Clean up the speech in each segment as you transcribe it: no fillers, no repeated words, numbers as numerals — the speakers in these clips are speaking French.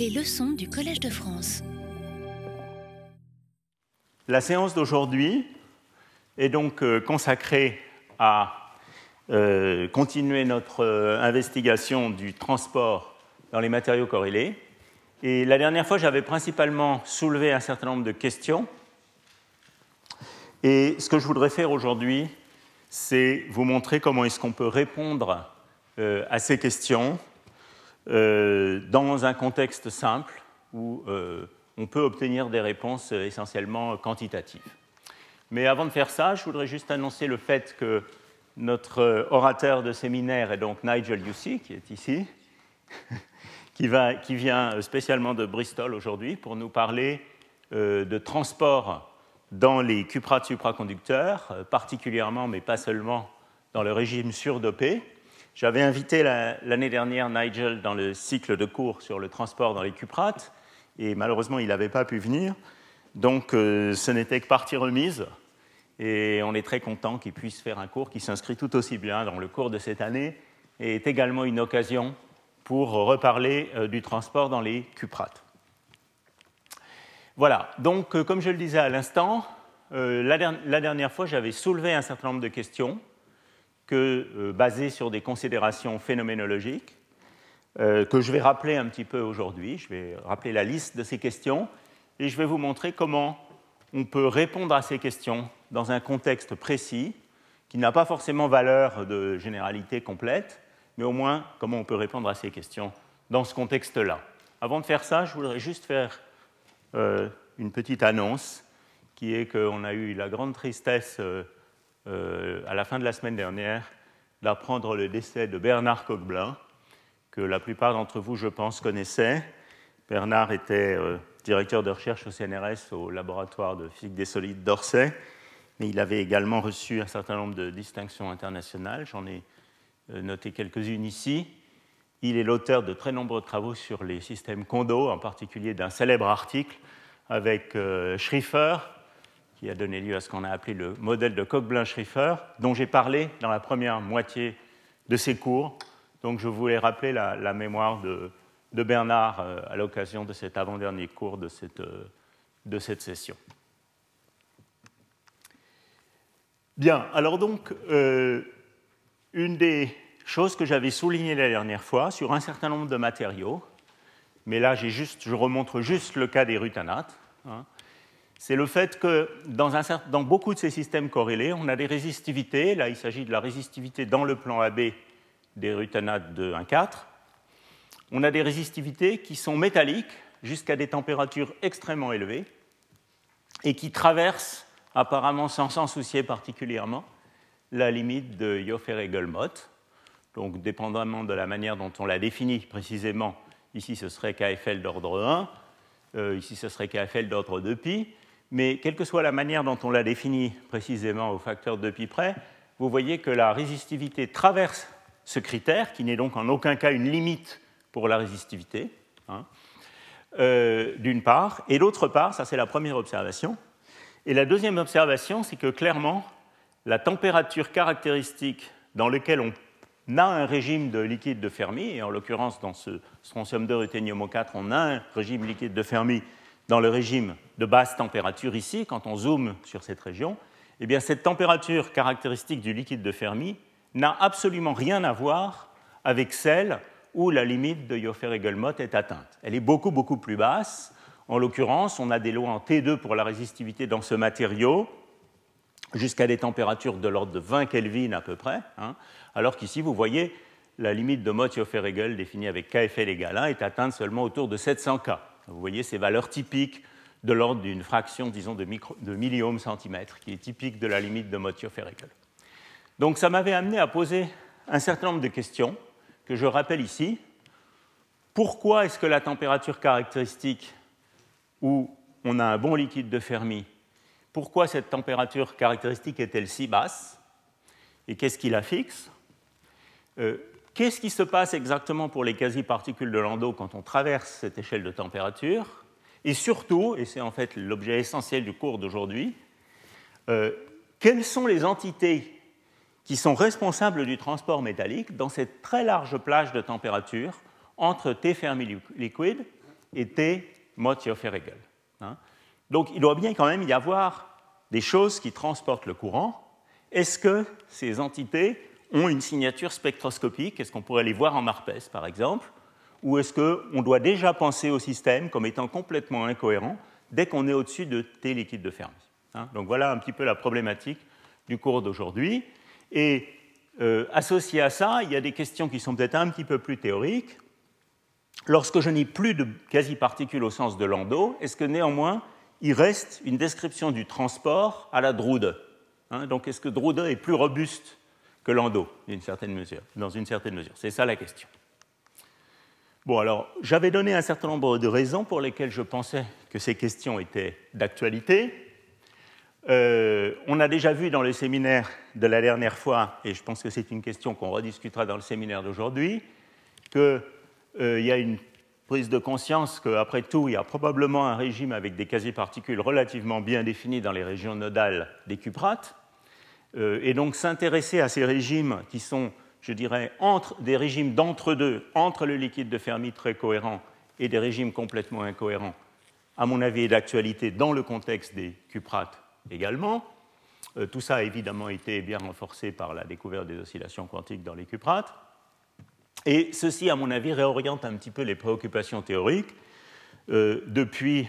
Les leçons du Collège de France. La séance d'aujourd'hui est donc consacrée à continuer notre investigation du transport dans les matériaux corrélés. Et la dernière fois, j'avais principalement soulevé un certain nombre de questions. Et ce que je voudrais faire aujourd'hui, c'est vous montrer comment est-ce qu'on peut répondre à ces questions dans un contexte simple où on peut obtenir des réponses essentiellement quantitatives. Mais avant de faire ça, je voudrais juste annoncer le fait que notre orateur de séminaire est donc Nigel Hussey, qui est ici, qui vient spécialement de Bristol aujourd'hui pour nous parler de transport dans les cuprates supraconducteurs, particulièrement, mais pas seulement, dans le régime surdopé. J'avais invité l'année dernière Nigel dans le cycle de cours sur le transport dans les cuprates, et malheureusement, il n'avait pas pu venir. Donc, ce n'était que partie remise, et on est très content qu'il puisse faire un cours qui s'inscrit tout aussi bien dans le cours de cette année, et est également une occasion pour reparler du transport dans les cuprates. Voilà, donc comme je le disais à l'instant, la dernière fois, j'avais soulevé un certain nombre de questions basées sur des considérations phénoménologiques, que je vais rappeler un petit peu aujourd'hui. Je vais rappeler la liste de ces questions et je vais vous montrer comment on peut répondre à ces questions dans un contexte précis qui n'a pas forcément valeur de généralité complète, mais au moins comment on peut répondre à ces questions dans ce contexte-là. Avant de faire ça, je voudrais juste faire une petite annonce qui est qu'on a eu la grande tristesse à la fin de la semaine dernière d'apprendre le décès de Bernard Coqueblain, que la plupart d'entre vous, je pense, connaissaient. Bernard était directeur de recherche au CNRS, au laboratoire de physique des solides d'Orsay, mais il avait également reçu un certain nombre de distinctions internationales. J'en ai noté quelques-unes ici. Il est l'auteur de très nombreux travaux sur les systèmes Kondo, en particulier d'un célèbre article avec Schrieffer, qui a donné lieu à ce qu'on a appelé le modèle de Coqueblain-Schrieffer, dont j'ai parlé dans la première moitié de ces cours. Donc je voulais rappeler la mémoire de Bernard à l'occasion de cet avant-dernier cours de cette session. Bien, alors donc, une des choses que j'avais soulignées la dernière fois sur un certain nombre de matériaux, mais là je remontre juste le cas des rutanates, c'est le fait que dans beaucoup de ces systèmes corrélés, on a des résistivités. Là, il s'agit de la résistivité dans le plan AB des rutanates de 1,4. On a des résistivités qui sont métalliques jusqu'à des températures extrêmement élevées et qui traversent, apparemment sans s'en soucier particulièrement, la limite de Joffe-Guillemot. Donc, dépendamment de la manière dont on la définit précisément, ici ce serait KFL d'ordre 1, ici ce serait KFL d'ordre 2π. Mais quelle que soit la manière dont on la définit précisément au facteur 2π près, vous voyez que la résistivité traverse ce critère, qui n'est donc en aucun cas une limite pour la résistivité, d'une part. Et d'autre part, ça c'est la première observation. Et la deuxième observation, c'est que clairement, la température caractéristique dans laquelle on a un régime de liquide de Fermi, et en l'occurrence dans ce strontium 2 ruthénium 4, on a un régime liquide de Fermi dans le régime de basse température ici, quand on zoome sur cette région, eh bien cette température caractéristique du liquide de Fermi n'a absolument rien à voir avec celle où la limite de Joffe-Guillemot est atteinte. Elle est beaucoup, beaucoup plus basse. En l'occurrence, on a des lois en T2 pour la résistivité dans ce matériau, jusqu'à des températures de l'ordre de 20 Kelvin à peu près, alors qu'ici, vous voyez, la limite de Mott-Joffe-Regel définie avec KFL égale 1 est atteinte seulement autour de 700 K. Vous voyez ces valeurs typiques de l'ordre d'une fraction, disons, de milliohms centimètre, qui est typique de la limite de Mott-Joffe-Regel. Donc ça m'avait amené à poser un certain nombre de questions, que je rappelle ici. Pourquoi est-ce que la température caractéristique où on a un bon liquide de Fermi, pourquoi cette température caractéristique est-elle si basse? Et qu'est-ce qui la fixe? Qu'est-ce qui se passe exactement pour les quasi-particules de Landau quand on traverse cette échelle de température? Et surtout, et c'est en fait l'objet essentiel du cours d'aujourd'hui, quelles sont les entités qui sont responsables du transport métallique dans cette très large plage de température entre T Fermi liquide et T mod Théophile-Regel. Donc il doit bien quand même y avoir des choses qui transportent le courant. Est-ce que ces entités ont une signature spectroscopique? Est-ce qu'on pourrait les voir en Marpes, par exemple? Ou est-ce qu'on doit déjà penser au système comme étant complètement incohérent dès qu'on est au-dessus de T liquide de Fermi? Donc voilà un petit peu la problématique du cours d'aujourd'hui. Et associé à ça, il y a des questions qui sont peut-être un petit peu plus théoriques. Lorsque je n'ai plus de quasi-particules au sens de Landau, est-ce que néanmoins il reste une description du transport à la Drude? Donc est-ce que Drude est plus robuste que Landau, dans une certaine mesure? C'est ça la question. Bon, alors, j'avais donné un certain nombre de raisons pour lesquelles je pensais que ces questions étaient d'actualité. On a déjà vu dans le séminaire de la dernière fois, et je pense que c'est une question qu'on rediscutera dans le séminaire d'aujourd'hui, qu'il y a une prise de conscience qu'après tout, il y a probablement un régime avec des quasi-particules relativement bien définies dans les régions nodales des cuprates, et donc s'intéresser à ces régimes qui sont, je dirais, des régimes d'entre-deux, entre le liquide de Fermi très cohérent et des régimes complètement incohérents, à mon avis, est d'actualité dans le contexte des cuprates également. Tout ça a évidemment été bien renforcé par la découverte des oscillations quantiques dans les cuprates. Et ceci, à mon avis, réoriente un petit peu les préoccupations théoriques depuis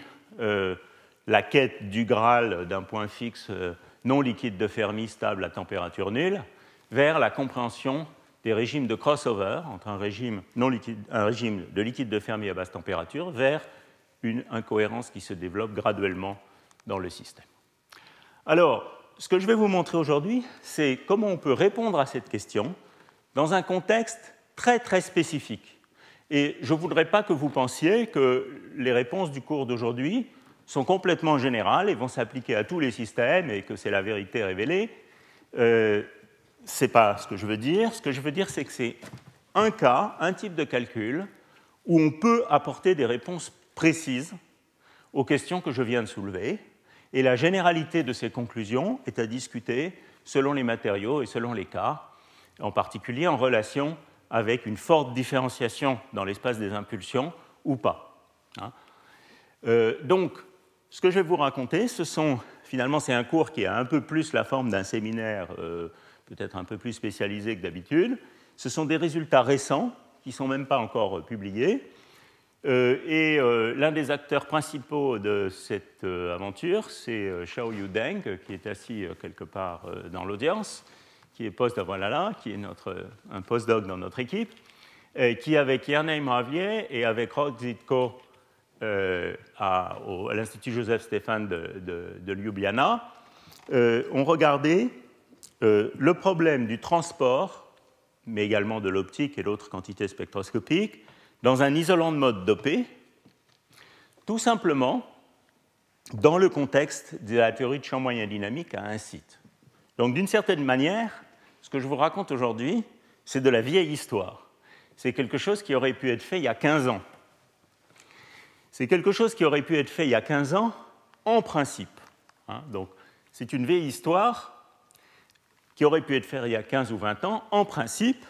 la quête du Graal d'un point fixe non liquide de Fermi stable à température nulle vers la compréhension des régimes de crossover entre un régime de liquide de Fermi à basse température vers une incohérence qui se développe graduellement dans le système. Alors, ce que je vais vous montrer aujourd'hui, c'est comment on peut répondre à cette question dans un contexte très très spécifique. Et je ne voudrais pas que vous pensiez que les réponses du cours d'aujourd'hui sont complètement générales et vont s'appliquer à tous les systèmes et que c'est la vérité révélée. Ce n'est pas ce que je veux dire. Ce que je veux dire, c'est que c'est un cas, un type de calcul où on peut apporter des réponses précises aux questions que je viens de soulever. Et la généralité de ces conclusions est à discuter selon les matériaux et selon les cas, en particulier en relation avec une forte différenciation dans l'espace des impulsions ou pas. Donc, ce que je vais vous raconter, finalement, c'est un cours qui a un peu plus la forme d'un séminaire, peut-être un peu plus spécialisé que d'habitude. Ce sont des résultats récents qui ne sont même pas encore publiés. Et l'un des acteurs principaux de cette aventure, c'est Xiaoyu Deng, qui est assis quelque part dans l'audience, qui est qui est un postdoc dans notre équipe, qui, avec Jernei Mravier et avec Rok Zitko à l'Institut Joseph Stéphane de Ljubljana, ont regardé le problème du transport, mais également de l'optique et d'autres quantités spectroscopiques, dans un isolant de mode dopé, tout simplement dans le contexte de la théorie de champ moyen dynamique à un site. Donc, d'une certaine manière, ce que je vous raconte aujourd'hui, c'est de la vieille histoire. C'est quelque chose qui aurait pu être fait il y a 15 ans. C'est quelque chose qui aurait pu être fait il y a 15 ans en principe. Donc, c'est une vieille histoire qui aurait pu être faite il y a 15 ou 20 ans en principe,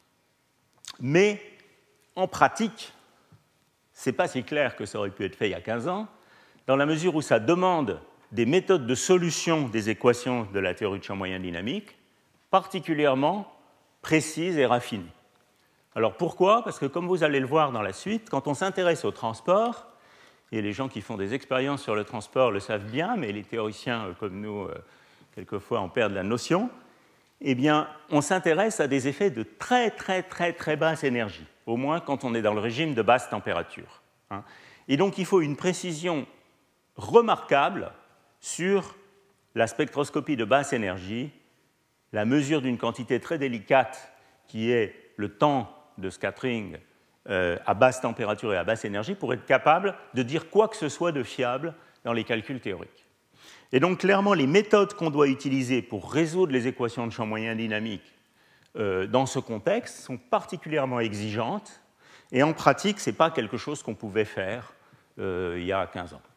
mais en pratique, ce n'est pas si clair que ça aurait pu être fait il y a 15 ans, dans la mesure où ça demande des méthodes de solution des équations de la théorie de champ moyen dynamique particulièrement précises et raffinées. Alors pourquoi? Parce que comme vous allez le voir dans la suite, quand on s'intéresse au transport, et les gens qui font des expériences sur le transport le savent bien, mais les théoriciens comme nous, quelquefois, en perdent la notion, eh bien, on s'intéresse à des effets de très, très, très, très basse énergie, au moins quand on est dans le régime de basse température. Et donc, il faut une précision remarquable sur la spectroscopie de basse énergie, la mesure d'une quantité très délicate qui est le temps de scattering à basse température et à basse énergie pour être capable de dire quoi que ce soit de fiable dans les calculs théoriques. Et donc, clairement, les méthodes qu'on doit utiliser pour résoudre les équations de champ moyen dynamique dans ce contexte sont particulièrement exigeantes, et en pratique, ce n'est pas quelque chose qu'on pouvait faire il y a 15 ans.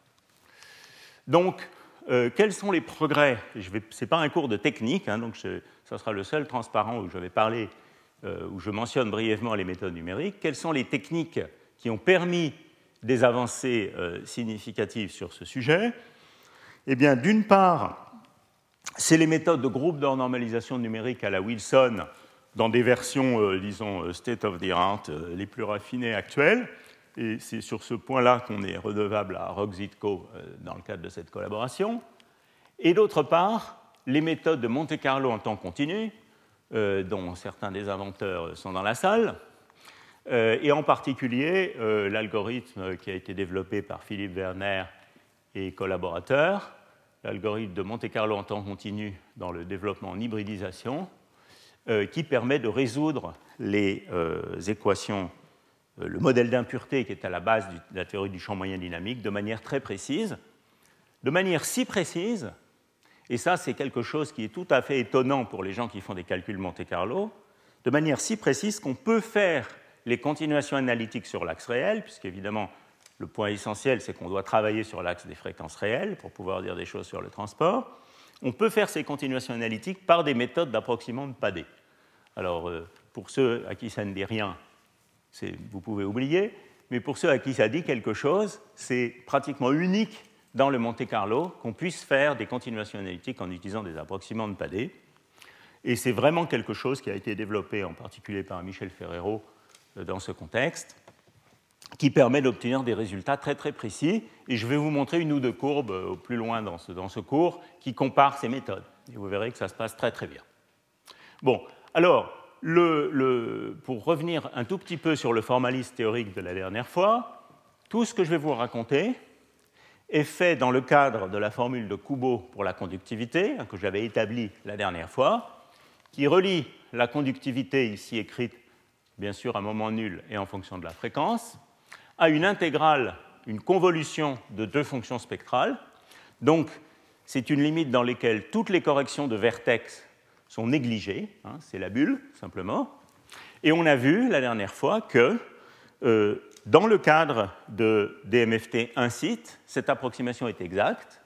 Donc, quels sont les progrès? Ce n'est pas un cours de technique, donc ce sera le seul transparent où je vais parler, où je mentionne brièvement les méthodes numériques. Quelles sont les techniques qui ont permis des avancées significatives sur ce sujet. Eh bien, d'une part, c'est les méthodes de groupe de normalisation numérique à la Wilson, dans des versions, disons, state of the art, les plus raffinées actuelles. Et c'est sur ce point-là qu'on est redevable à Roxitco dans le cadre de cette collaboration. Et d'autre part, les méthodes de Monte-Carlo en temps continu, dont certains des inventeurs sont dans la salle, et en particulier l'algorithme qui a été développé par Philippe Werner et collaborateurs, l'algorithme de Monte-Carlo en temps continu dans le développement en hybridisation, qui permet de résoudre les équations, le modèle d'impureté qui est à la base de la théorie du champ moyen dynamique de manière très précise, de manière si précise, et ça c'est quelque chose qui est tout à fait étonnant pour les gens qui font des calculs Monte-Carlo, de manière si précise qu'on peut faire les continuations analytiques sur l'axe réel, puisqu'évidemment le point essentiel c'est qu'on doit travailler sur l'axe des fréquences réelles pour pouvoir dire des choses sur le transport. On peut faire ces continuations analytiques par des méthodes d'approximant de padé. Alors, pour ceux à qui ça ne dit rien, vous pouvez oublier, mais pour ceux à qui ça dit quelque chose, c'est pratiquement unique dans le Monte-Carlo qu'on puisse faire des continuations analytiques en utilisant des approximants de padé. Et c'est vraiment quelque chose qui a été développé en particulier par Michel Ferrero dans ce contexte, qui permet d'obtenir des résultats très très précis. Et je vais vous montrer une ou deux courbes au plus loin dans ce cours qui comparent ces méthodes. Et vous verrez que ça se passe très très bien. Bon, alors, pour revenir un tout petit peu sur le formalisme théorique de la dernière fois, tout ce que je vais vous raconter est fait dans le cadre de la formule de Kubo pour la conductivité, que j'avais établie la dernière fois, qui relie la conductivité ici écrite, bien sûr, à moment nul et en fonction de la fréquence, à une intégrale, une convolution de deux fonctions spectrales. Donc, c'est une limite dans laquelle toutes les corrections de vertex sont négligées, c'est la bulle, simplement. Et on a vu la dernière fois que, dans le cadre de DMFT incite, cette approximation est exacte.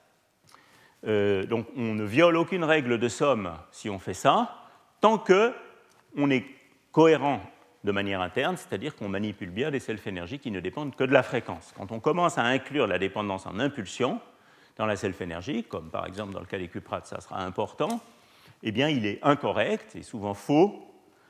Donc, on ne viole aucune règle de somme si on fait ça, tant qu'on est cohérent de manière interne, c'est-à-dire qu'on manipule bien des self-énergies qui ne dépendent que de la fréquence. Quand on commence à inclure la dépendance en impulsion dans la self-énergie, comme par exemple dans le cas des cuprates, ça sera important, eh bien il est incorrect et souvent faux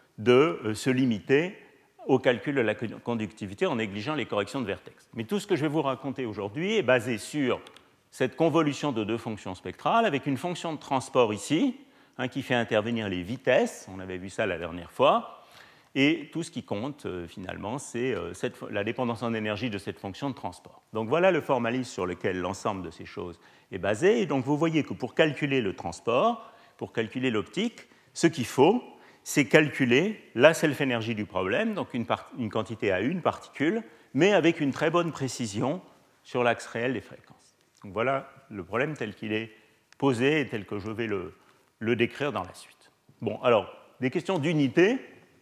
de se limiter au calcul de la conductivité en négligeant les corrections de vertex. Mais tout ce que je vais vous raconter aujourd'hui est basé sur cette convolution de deux fonctions spectrales avec une fonction de transport ici, qui fait intervenir les vitesses, on avait vu ça la dernière fois. Et tout ce qui compte, finalement, c'est la dépendance en énergie de cette fonction de transport. Donc voilà le formalisme sur lequel l'ensemble de ces choses est basé. Et donc vous voyez que pour calculer le transport, pour calculer l'optique, ce qu'il faut, c'est calculer la self-énergie du problème, donc une quantité à une particule, mais avec une très bonne précision sur l'axe réel des fréquences. Donc voilà le problème tel qu'il est posé et tel que je vais le décrire dans la suite. Bon, alors, des questions d'unité.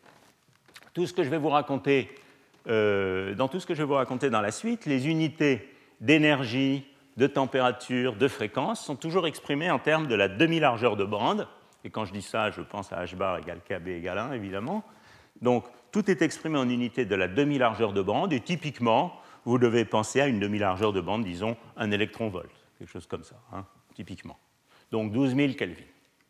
Tout ce que je vais vous raconter, dans tout ce que je vais vous raconter dans la suite, les unités d'énergie, de température, de fréquence sont toujours exprimées en termes de la demi-largeur de bande. Et quand je dis ça, je pense à h bar égale kb égale 1, évidemment. Donc, tout est exprimé en unité de la demi-largeur de bande. Et typiquement, vous devez penser à une demi-largeur de bande, disons un électron-volt, quelque chose comme ça, typiquement. Donc, 12 000 Kelvin.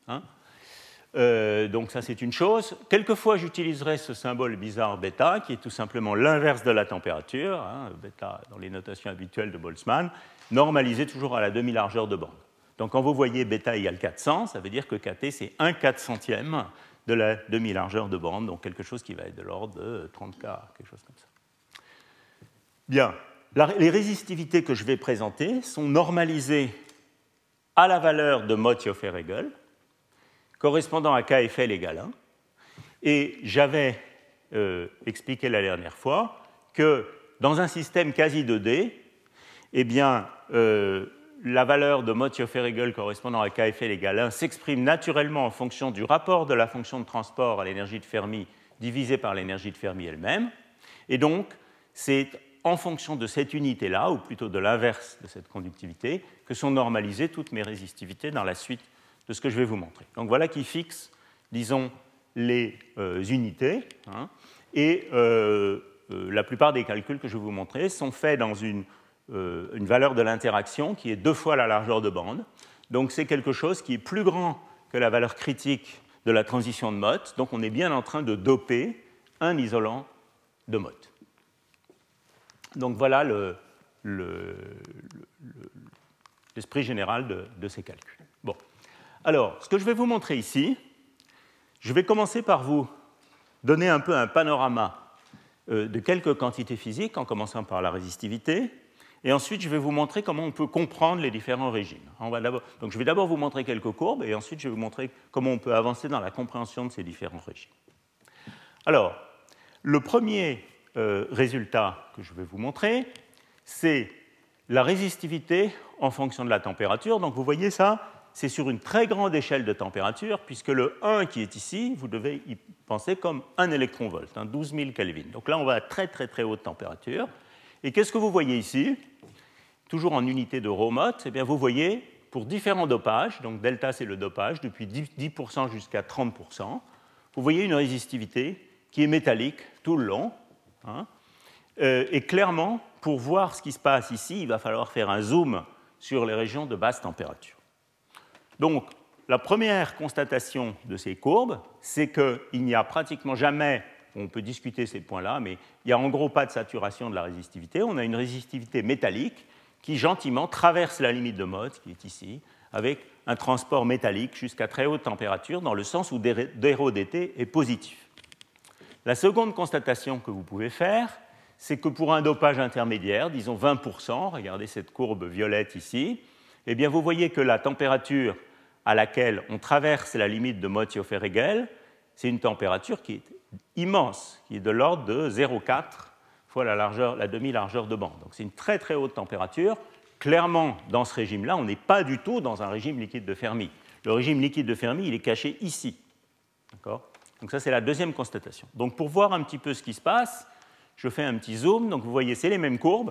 Donc ça c'est une chose. Quelquefois j'utiliserai ce symbole bizarre bêta qui est tout simplement l'inverse de la température, bêta dans les notations habituelles de Boltzmann, normalisé toujours à la demi-largeur de bande. Donc quand vous voyez bêta égale 400, ça veut dire que kT c'est 1/400e de la demi-largeur de bande, donc quelque chose qui va être de l'ordre de 30 K, quelque chose comme ça. Bien, les résistivités que je vais présenter sont normalisées à la valeur de Mott-Joffe-Regel, correspondant à KFL égale 1. Et j'avais expliqué la dernière fois que dans un système quasi 2D, eh bien, la valeur de Mott-Joffe-Regel correspondant à KFL égale 1 s'exprime naturellement en fonction du rapport de la fonction de transport à l'énergie de Fermi divisée par l'énergie de Fermi elle-même. Et donc, c'est en fonction de cette unité-là, ou plutôt de l'inverse de cette conductivité, que sont normalisées toutes mes résistivités dans la suite de ce que je vais vous montrer. Donc voilà qui fixe, disons, les unités. Et la plupart des calculs que je vais vous montrer sont faits dans une valeur de l'interaction qui est 2 fois la largeur de bande. Donc c'est quelque chose qui est plus grand que la valeur critique de la transition de Mott. Donc on est bien en train de doper un isolant de Mott. Donc voilà l'esprit général de ces calculs. Bon. Alors, ce que je vais vous montrer ici, je vais commencer par vous donner un peu un panorama de quelques quantités physiques, en commençant par la résistivité, et ensuite je vais vous montrer comment on peut comprendre les différents régimes. Donc je vais d'abord vous montrer quelques courbes, et ensuite je vais vous montrer comment on peut avancer dans la compréhension de ces différents régimes. Alors, le premier résultat que je vais vous montrer, c'est la résistivité en fonction de la température. Donc vous voyez ça, c'est sur une très grande échelle de température, puisque le 1 qui est ici, vous devez y penser comme 1 électronvolt, 12 000 Kelvin. Donc là, on va à très très très haute température. Et qu'est-ce que vous voyez ici? Toujours en unité de Rho-Mott, eh bien vous voyez, pour différents dopages, donc delta c'est le dopage, depuis 10% jusqu'à 30%, vous voyez une résistivité qui est métallique tout le long. Et clairement, pour voir ce qui se passe ici, il va falloir faire un zoom sur les régions de basse température. Donc, la première constatation de ces courbes, c'est qu'il n'y a pratiquement jamais, on peut discuter ces points-là, mais il n'y a en gros pas de saturation de la résistivité. On a une résistivité métallique qui gentiment traverse la limite de Mott, qui est ici, avec un transport métallique jusqu'à très haute température, dans le sens où dρdt est positif. La seconde constatation que vous pouvez faire, c'est que pour un dopage intermédiaire, disons 20%, regardez cette courbe violette ici, eh bien vous voyez que la température à laquelle on traverse la limite de Mott-Joffe-Regel, c'est une température qui est immense, qui est de l'ordre de 0,4 fois la demi-largeur de bande. Donc c'est une très très haute température. Clairement, dans ce régime-là, on n'est pas du tout dans un régime liquide de Fermi. Le régime liquide de Fermi, il est caché ici. D'accord ? Donc ça, c'est la deuxième constatation. Donc pour voir un petit peu ce qui se passe, je fais un petit zoom. Donc vous voyez, c'est les mêmes courbes.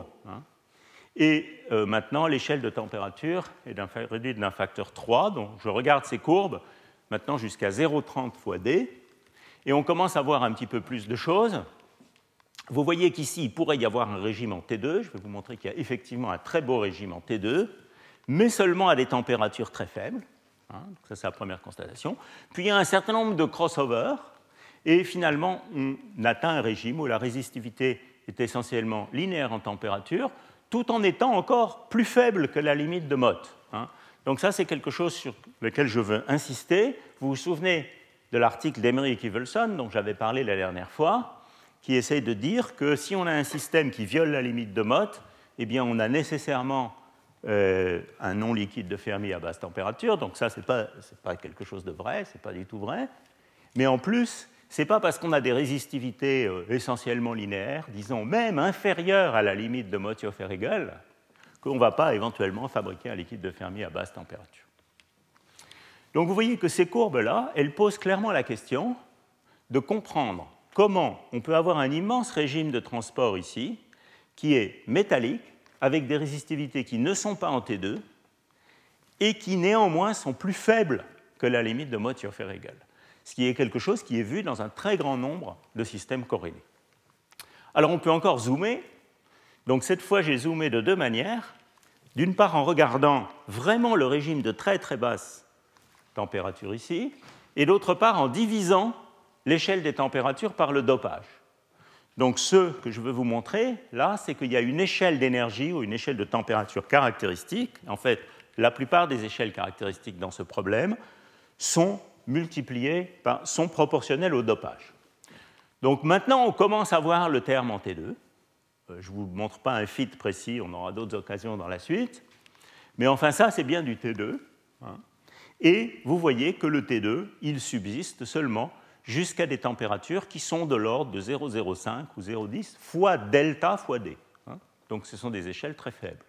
Et maintenant, l'échelle de température est réduite d'un facteur 3. Donc je regarde ces courbes maintenant jusqu'à 0,30 fois D. Et on commence à voir un petit peu plus de choses. Vous voyez qu'ici, il pourrait y avoir un régime en T2. Je vais vous montrer qu'il y a effectivement un très beau régime en T2, mais seulement à des températures très faibles. Donc ça, c'est la première constatation. Puis il y a un certain nombre de crossovers. Et finalement, on atteint un régime où la résistivité est essentiellement linéaire en température, tout en étant encore plus faible que la limite de Mott. Donc ça, c'est quelque chose sur lequel je veux insister. Vous vous souvenez de l'article d'Emery et Kivelson, dont j'avais parlé la dernière fois, qui essaye de dire que si on a un système qui viole la limite de Mott, eh bien, on a nécessairement un non-liquide de Fermi à basse température. Donc ça, ce n'est pas quelque chose de vrai, ce n'est pas du tout vrai. Mais en plus, ce n'est pas parce qu'on a des résistivités essentiellement linéaires, disons même inférieures à la limite de Mott-Joffe-Regel, qu'on ne va pas éventuellement fabriquer un liquide de Fermi à basse température. Donc vous voyez que ces courbes-là, elles posent clairement la question de comprendre comment on peut avoir un immense régime de transport ici, qui est métallique, avec des résistivités qui ne sont pas en T2, et qui néanmoins sont plus faibles que la limite de Mott-Joffe-Regel, ce qui est quelque chose qui est vu dans un très grand nombre de systèmes corrélés. Alors on peut encore zoomer. Donc cette fois, j'ai zoomé de deux manières. D'une part, en regardant vraiment le régime de très très basse température ici, et d'autre part, en divisant l'échelle des températures par le dopage. Donc ce que je veux vous montrer, là, c'est qu'il y a une échelle d'énergie ou une échelle de température caractéristique. En fait, la plupart des échelles caractéristiques dans ce problème sont proportionnelles au dopage. Donc maintenant, on commence à voir le terme en T2. Je ne vous montre pas un fit précis, on aura d'autres occasions dans la suite. Mais enfin, ça, c'est bien du T2. Et vous voyez que le T2, il subsiste seulement jusqu'à des températures qui sont de l'ordre de 0,05 ou 0,10 fois delta fois D. Donc ce sont des échelles très faibles.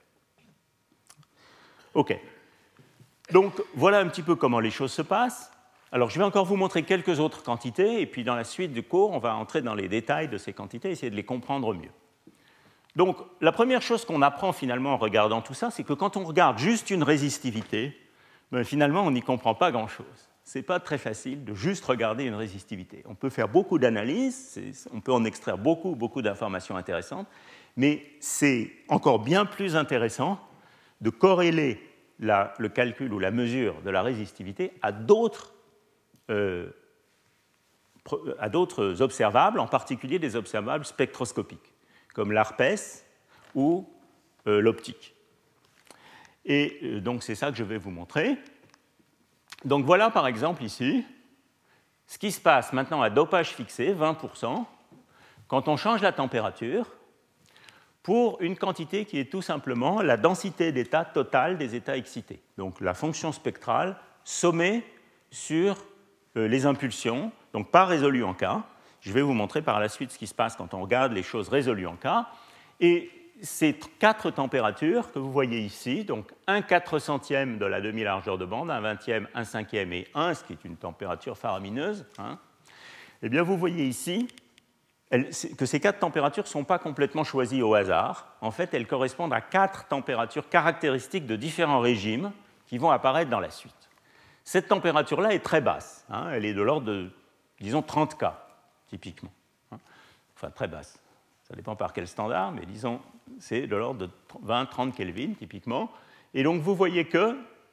OK. Donc voilà un petit peu comment les choses se passent. Alors je vais encore vous montrer quelques autres quantités, et puis dans la suite du cours, on va entrer dans les détails de ces quantités, essayer de les comprendre mieux. Donc la première chose qu'on apprend finalement en regardant tout ça, c'est que quand on regarde juste une résistivité, finalement on n'y comprend pas grand-chose. ce n'est pas très facile de juste regarder une résistivité. On peut faire beaucoup d'analyses, on peut en extraire beaucoup d'informations intéressantes, mais c'est encore bien plus intéressant de corréler le calcul ou la mesure de la résistivité à d'autres observables, en particulier des observables spectroscopiques, comme l'ARPES ou l'optique. Et donc c'est ça que je vais vous montrer. Donc voilà par exemple ici ce qui se passe maintenant à dopage fixé, 20%, quand on change la température pour une quantité qui est tout simplement la densité d'état totale des états excités. Donc la fonction spectrale sommée sur les impulsions, donc pas résolue en K. Je vais vous montrer par la suite ce qui se passe quand on regarde les choses résolues en K. Et ces 4 températures que vous voyez ici, donc 1/400e de la demi-largeur de bande, 1/20e, 1/5e et 1, ce qui est une température faramineuse, eh bien vous voyez ici que ces 4 températures ne sont pas complètement choisies au hasard. En fait, elles correspondent à 4 températures caractéristiques de différents régimes qui vont apparaître dans la suite. Cette température-là est très basse. Elle est de l'ordre de, disons, 30 K, typiquement. Enfin, très basse. Ça dépend par quel standard, mais disons, c'est de l'ordre de 20-30 Kelvin, typiquement. Et donc, vous voyez que,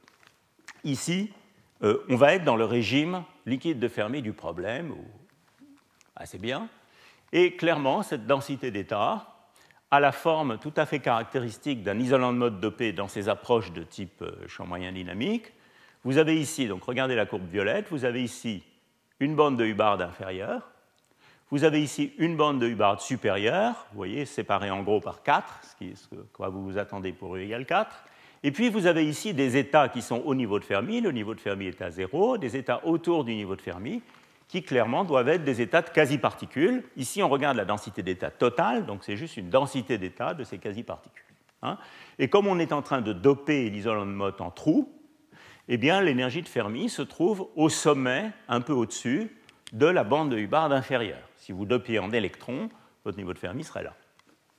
ici, on va être dans le régime liquide de Fermi du problème, assez bien. Et clairement, cette densité d'état a la forme tout à fait caractéristique d'un isolant de mode dopé dans ses approches de type champ moyen dynamique. Vous avez ici, donc regardez la courbe violette, vous avez ici une bande de Hubbard inférieure. Vous avez ici une bande de Hubbard supérieure, vous voyez, séparée en gros par 4, ce que vous vous attendez pour U égale 4. Et puis vous avez ici des états qui sont au niveau de Fermi, le niveau de Fermi est à 0, des états autour du niveau de Fermi, qui clairement doivent être des états de quasi-particules. Ici, on regarde la densité d'état totale, donc c'est juste une densité d'état de ces quasi-particules. Et comme on est en train de doper l'isolant de Mott en trou, eh bien l'énergie de Fermi se trouve au sommet, un peu au-dessus, de la bande de Hubbard inférieure. Si vous dopiez en électrons, votre niveau de Fermi serait là. D'accord ?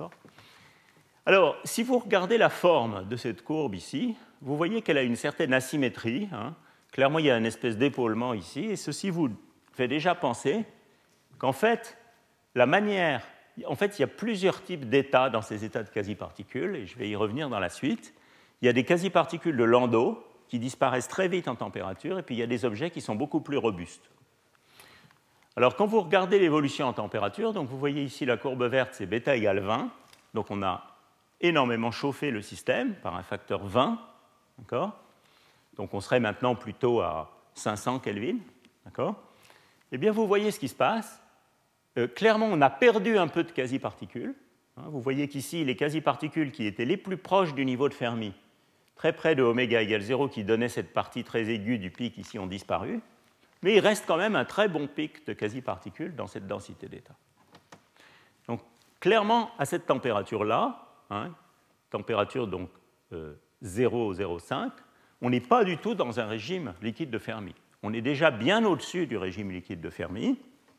Alors, si vous regardez la forme de cette courbe ici, vous voyez qu'elle a une certaine asymétrie. Clairement, il y a une espèce d'épaulement ici, et ceci vous fait déjà penser qu'en fait, il y a plusieurs types d'états dans ces états de quasi-particules, et je vais y revenir dans la suite. Il y a des quasi-particules de Landau qui disparaissent très vite en température, et puis il y a des objets qui sont beaucoup plus robustes. Alors, quand vous regardez l'évolution en température, donc vous voyez ici la courbe verte, c'est β égale 20, donc on a énormément chauffé le système par un facteur 20, d'accord ? Donc on serait maintenant plutôt à 500 Kelvin, d'accord ? Eh bien, vous voyez ce qui se passe. Clairement, on a perdu un peu de quasi-particules. Vous voyez qu'ici, les quasi-particules qui étaient les plus proches du niveau de Fermi, très près de oméga égale 0, qui donnait cette partie très aiguë du pic, ici, ont disparu. Mais il reste quand même un très bon pic de quasi-particules dans cette densité d'état. Donc, clairement, à cette température-là, température donc 0,05, on n'est pas du tout dans un régime liquide de Fermi. On est déjà bien au-dessus du régime liquide de Fermi,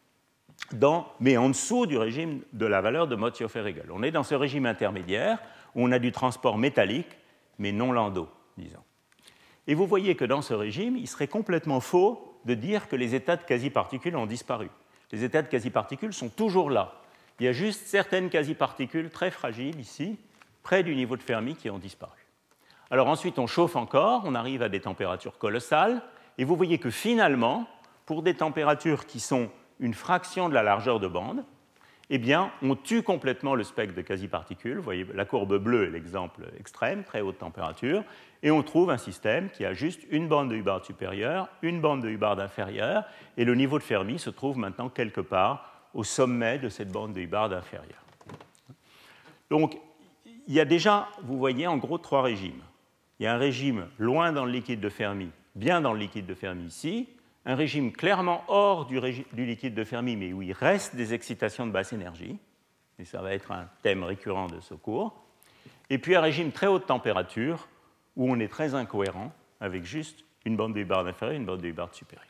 mais en dessous du régime de la valeur de Mott-Joffe-Regel. On est dans ce régime intermédiaire où on a du transport métallique, mais non Landau, disons. Et vous voyez que dans ce régime, il serait complètement faux de dire que les états de quasi-particules ont disparu. Les états de quasi-particules sont toujours là. Il y a juste certaines quasi-particules très fragiles ici, près du niveau de Fermi, qui ont disparu. Alors ensuite, on chauffe encore, on arrive à des températures colossales, et vous voyez que finalement, pour des températures qui sont une fraction de la largeur de bande, eh bien, on tue complètement le spectre de quasi-particules. Vous voyez, la courbe bleue est l'exemple extrême, très haute température, et on trouve un système qui a juste une bande de Hubbard supérieure, une bande de Hubbard inférieure, et le niveau de Fermi se trouve maintenant quelque part au sommet de cette bande de Hubbard inférieure. Donc, il y a déjà, vous voyez, en gros, 3 régimes. Il y a un régime loin dans le liquide de Fermi, bien dans le liquide de Fermi ici, un régime clairement hors du liquide de Fermi, mais où il reste des excitations de basse énergie, et ça va être un thème récurrent de ce cours, et puis un régime très haute température, où on est très incohérent, avec juste une bande de Hubbard inférieure et une bande de Hubbard supérieure.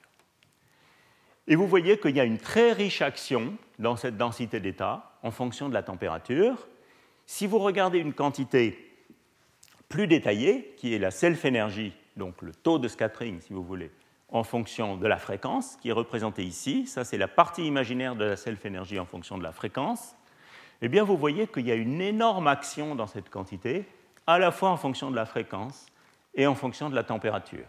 Et vous voyez qu'il y a une très riche action dans cette densité d'état, en fonction de la température. Si vous regardez une quantité plus détaillée, qui est la self-énergie, donc le taux de scattering, si vous voulez, en fonction de la fréquence, qui est représentée ici. Ça, c'est la partie imaginaire de la self-énergie en fonction de la fréquence. Eh bien, vous voyez qu'il y a une énorme action dans cette quantité, à la fois en fonction de la fréquence et en fonction de la température.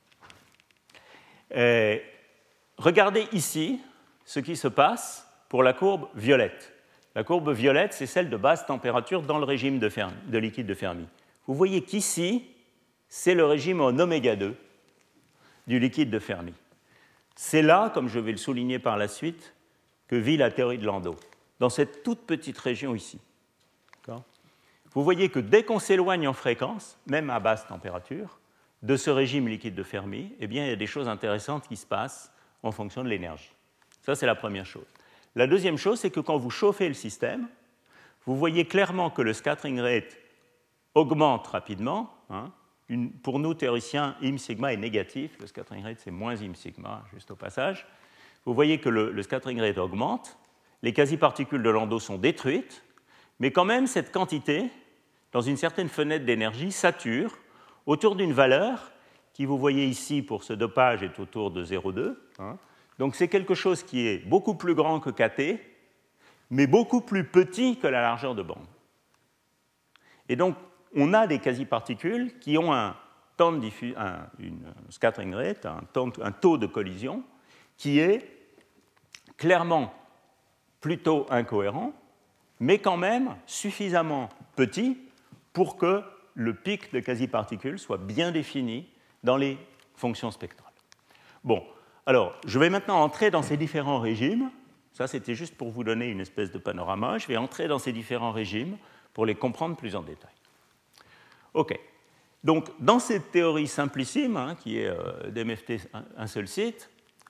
Regardez ici ce qui se passe pour la courbe violette. La courbe violette, c'est celle de basse température dans le régime de liquide de Fermi. Vous voyez qu'ici, c'est le régime en oméga 2 du liquide de Fermi. C'est là, comme je vais le souligner par la suite, que vit la théorie de Landau, dans cette toute petite région ici. Vous voyez que dès qu'on s'éloigne en fréquence, même à basse température, de ce régime liquide de Fermi, eh bien, il y a des choses intéressantes qui se passent en fonction de l'énergie. Ça, c'est la première chose. La deuxième chose, c'est que quand vous chauffez le système, vous voyez clairement que le scattering rate augmente rapidement. Pour nous, théoriciens, im sigma est négatif. Le scattering rate, c'est moins im sigma, juste au passage. Vous voyez que le scattering rate augmente, les quasi-particules de Landau sont détruites, mais quand même, cette quantité, dans une certaine fenêtre d'énergie, sature autour d'une valeur qui, vous voyez ici, pour ce dopage, est autour de 0,2. Donc c'est quelque chose qui est beaucoup plus grand que kT, mais beaucoup plus petit que la largeur de bande. Et donc, on a des quasi-particules qui ont un scattering rate, un taux de collision, qui est clairement plutôt incohérent, mais quand même suffisamment petit pour que le pic de quasi-particules soit bien défini dans les fonctions spectrales. Bon, alors, je vais maintenant entrer dans ces différents régimes. Ça, c'était juste pour vous donner une espèce de panorama. Je vais entrer dans ces différents régimes pour les comprendre plus en détail. OK. Donc, dans cette théorie simplissime, qui est d'MFT un seul site,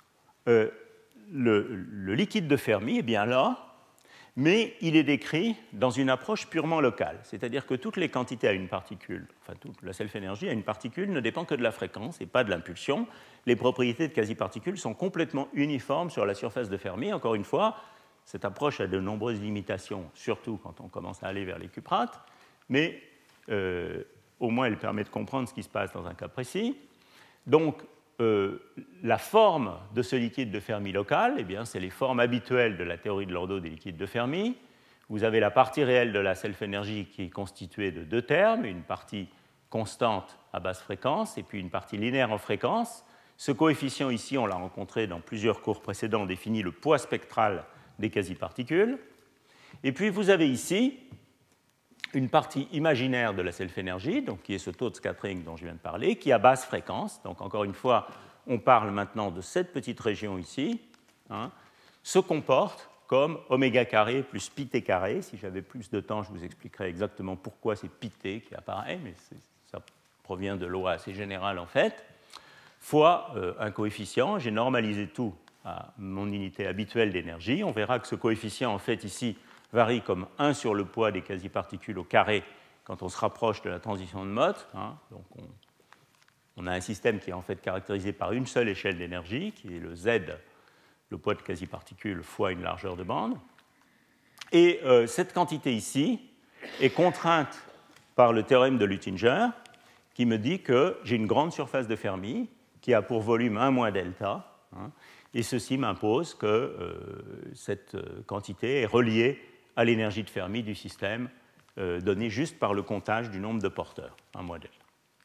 le liquide de Fermi est bien là, mais il est décrit dans une approche purement locale. C'est-à-dire que toutes les quantités à une particule, enfin toute la self-énergie à une particule ne dépend que de la fréquence et pas de l'impulsion. Les propriétés de quasi-particules sont complètement uniformes sur la surface de Fermi. Encore une fois, cette approche a de nombreuses limitations, surtout quand on commence à aller vers les cuprates, mais au moins elle permet de comprendre ce qui se passe dans un cas précis. Donc, la forme de ce liquide de Fermi local, eh bien, c'est les formes habituelles de la théorie de Landau des liquides de Fermi. Vous avez la partie réelle de la self-énergie qui est constituée de deux termes, une partie constante à basse fréquence et puis une partie linéaire en fréquence. Ce coefficient ici, on l'a rencontré dans plusieurs cours précédents, on définit le poids spectral des quasi-particules. Et puis vous avez ici une partie imaginaire de la self-énergie, donc qui est ce taux de scattering dont je viens de parler, qui est à basse fréquence. Donc encore une fois, on parle maintenant de cette petite région ici, se comporte comme oméga carré plus pi t carré. Si j'avais plus de temps, je vous expliquerai exactement pourquoi c'est pi t qui apparaît, mais ça provient de loi assez générale en fait, fois un coefficient. J'ai normalisé tout à mon unité habituelle d'énergie. On verra que ce coefficient, en fait, ici, varie comme 1 sur le poids des quasi-particules au carré quand on se rapproche de la transition de Mott. Donc on a un système qui est en fait caractérisé par une seule échelle d'énergie, qui est le Z, le poids de quasi-particules, fois une largeur de bande. Et cette quantité ici est contrainte par le théorème de Luttinger, qui me dit que j'ai une grande surface de Fermi qui a pour volume 1 moins delta, et ceci m'impose que cette quantité est reliée à l'énergie de Fermi du système donnée juste par le comptage du nombre de porteurs, 1 moins delta.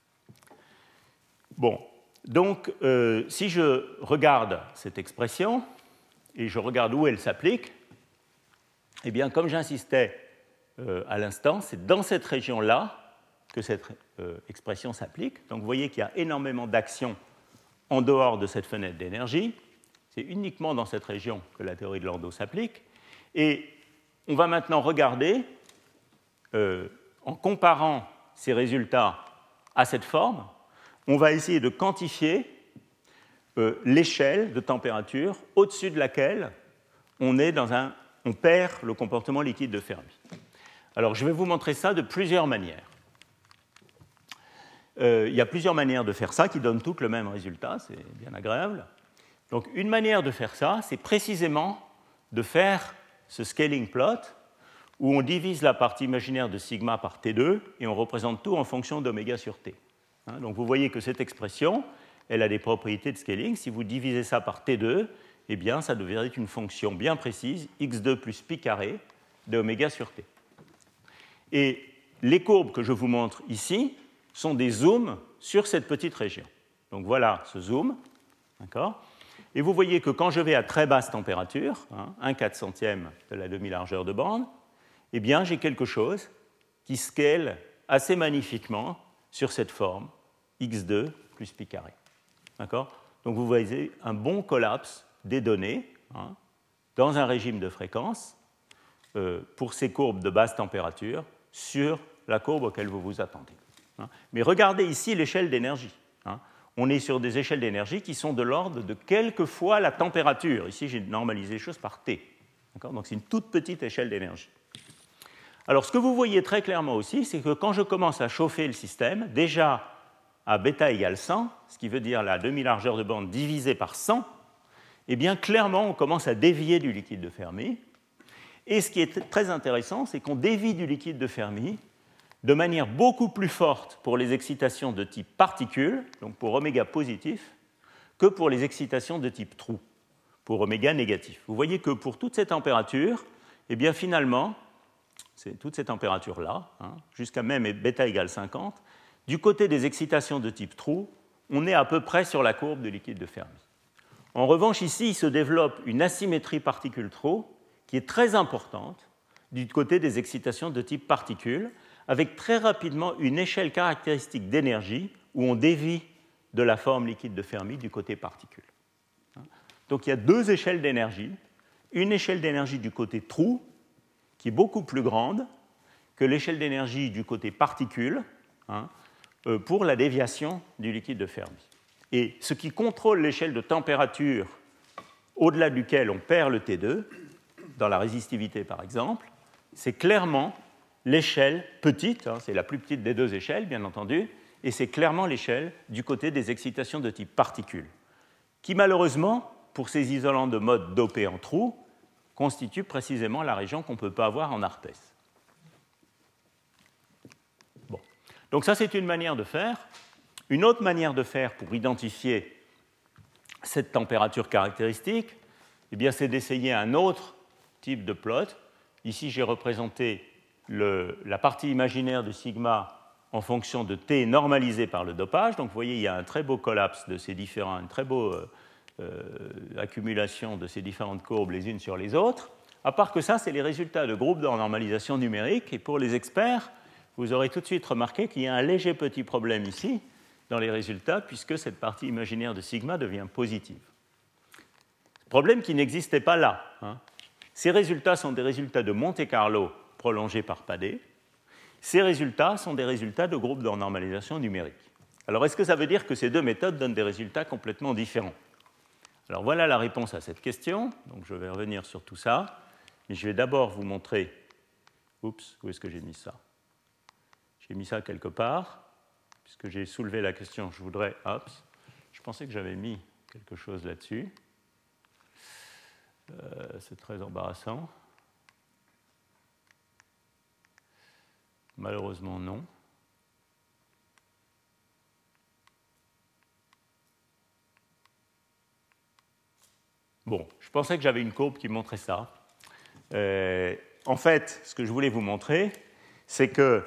Bon, donc si je regarde cette expression et je regarde où elle s'applique, eh bien, comme j'insistais à l'instant, c'est dans cette région-là que cette expression s'applique. Donc vous voyez qu'il y a énormément d'actions en dehors de cette fenêtre d'énergie. C'est uniquement dans cette région que la théorie de Landau s'applique. Et on va maintenant regarder, en comparant ces résultats à cette forme, on va essayer de quantifier l'échelle de température au-dessus de laquelle on perd le comportement liquide de Fermi. Alors, je vais vous montrer ça de plusieurs manières. Il y a plusieurs manières de faire ça qui donnent toutes le même résultat, c'est bien agréable. Donc, une manière de faire ça, c'est précisément de faire ce scaling plot où on divise la partie imaginaire de sigma par T2 et on représente tout en fonction d'oméga sur T. Donc, vous voyez que cette expression, elle a des propriétés de scaling. Si vous divisez ça par T2, eh bien, ça devrait être une fonction bien précise, x2 plus pi carré de oméga sur t. Et les courbes que je vous montre ici sont des zooms sur cette petite région. Donc voilà ce zoom, d'accord ? Et vous voyez que quand je vais à très basse température, 1/400e de la demi-largeur de bande, eh bien, j'ai quelque chose qui scale assez magnifiquement sur cette forme, x2 plus pi carré. D'accord ? Donc vous voyez un bon collapse des données dans un régime de fréquence pour ces courbes de basse température sur la courbe auquel vous vous attendez. Mais regardez ici l'échelle d'énergie. On est sur des échelles d'énergie qui sont de l'ordre de quelques fois la température. Ici, j'ai normalisé les choses par T. Donc c'est une toute petite échelle d'énergie. Alors ce que vous voyez très clairement aussi, c'est que quand je commence à chauffer le système, déjà à bêta égale 100, ce qui veut dire la demi-largeur de bande divisée par 100, eh bien clairement on commence à dévier du liquide de Fermi. Et ce qui est très intéressant, c'est qu'on dévie du liquide de Fermi de manière beaucoup plus forte pour les excitations de type particule, donc pour oméga positif, que pour les excitations de type trou, pour oméga négatif. Vous voyez que pour toutes ces températures, eh bien finalement, c'est toute cette température-là, jusqu'à même bêta égale 50, du côté des excitations de type trou, on est à peu près sur la courbe de liquide de Fermi. En revanche, ici, il se développe une asymétrie particule-trou qui est très importante du côté des excitations de type particule, avec très rapidement une échelle caractéristique d'énergie où on dévie de la forme liquide de Fermi du côté particule. Donc il y a deux échelles d'énergie. Une échelle d'énergie du côté trou, qui est beaucoup plus grande que l'échelle d'énergie du côté particule pour la déviation du liquide de Fermi. Et ce qui contrôle l'échelle de température au-delà duquel on perd le T2, dans la résistivité par exemple, c'est clairement l'échelle petite, c'est la plus petite des deux échelles, bien entendu, et c'est clairement l'échelle du côté des excitations de type particule, qui malheureusement, pour ces isolants de mode dopés en trou, constitue précisément la région qu'on ne peut pas avoir en ARPES. Bon. Donc ça, c'est une manière de faire. Une autre manière de faire pour identifier cette température caractéristique, eh bien, c'est d'essayer un autre type de plot. Ici, j'ai représenté la partie imaginaire de sigma en fonction de T normalisé par le dopage. Donc vous voyez, il y a un très beau collapse de ces différents, une très beau accumulation de ces différentes courbes les unes sur les autres. À part que ça, c'est les résultats de groupes de normalisation numérique. Et pour les experts, vous aurez tout de suite remarqué qu'il y a un léger petit problème ici dans les résultats, puisque cette partie imaginaire de sigma devient positive. Problème qui n'existait pas là. Ces résultats sont des résultats de Monte-Carlo prolongés par Padé. Ces résultats sont des résultats de groupes de normalisation numérique. Alors, est-ce que ça veut dire que ces deux méthodes donnent des résultats complètement différents ? Alors, voilà la réponse à cette question. Donc, je vais revenir sur tout ça. Mais je vais d'abord vous montrer... Oups, où est-ce que j'ai mis ça ? J'ai mis ça quelque part. Puisque j'ai soulevé la question, je voudrais... Oups, je pensais que j'avais mis quelque chose là-dessus. C'est très embarrassant. Malheureusement, non. Bon, je pensais que j'avais une courbe qui montrait ça. En fait, ce que je voulais vous montrer, c'est que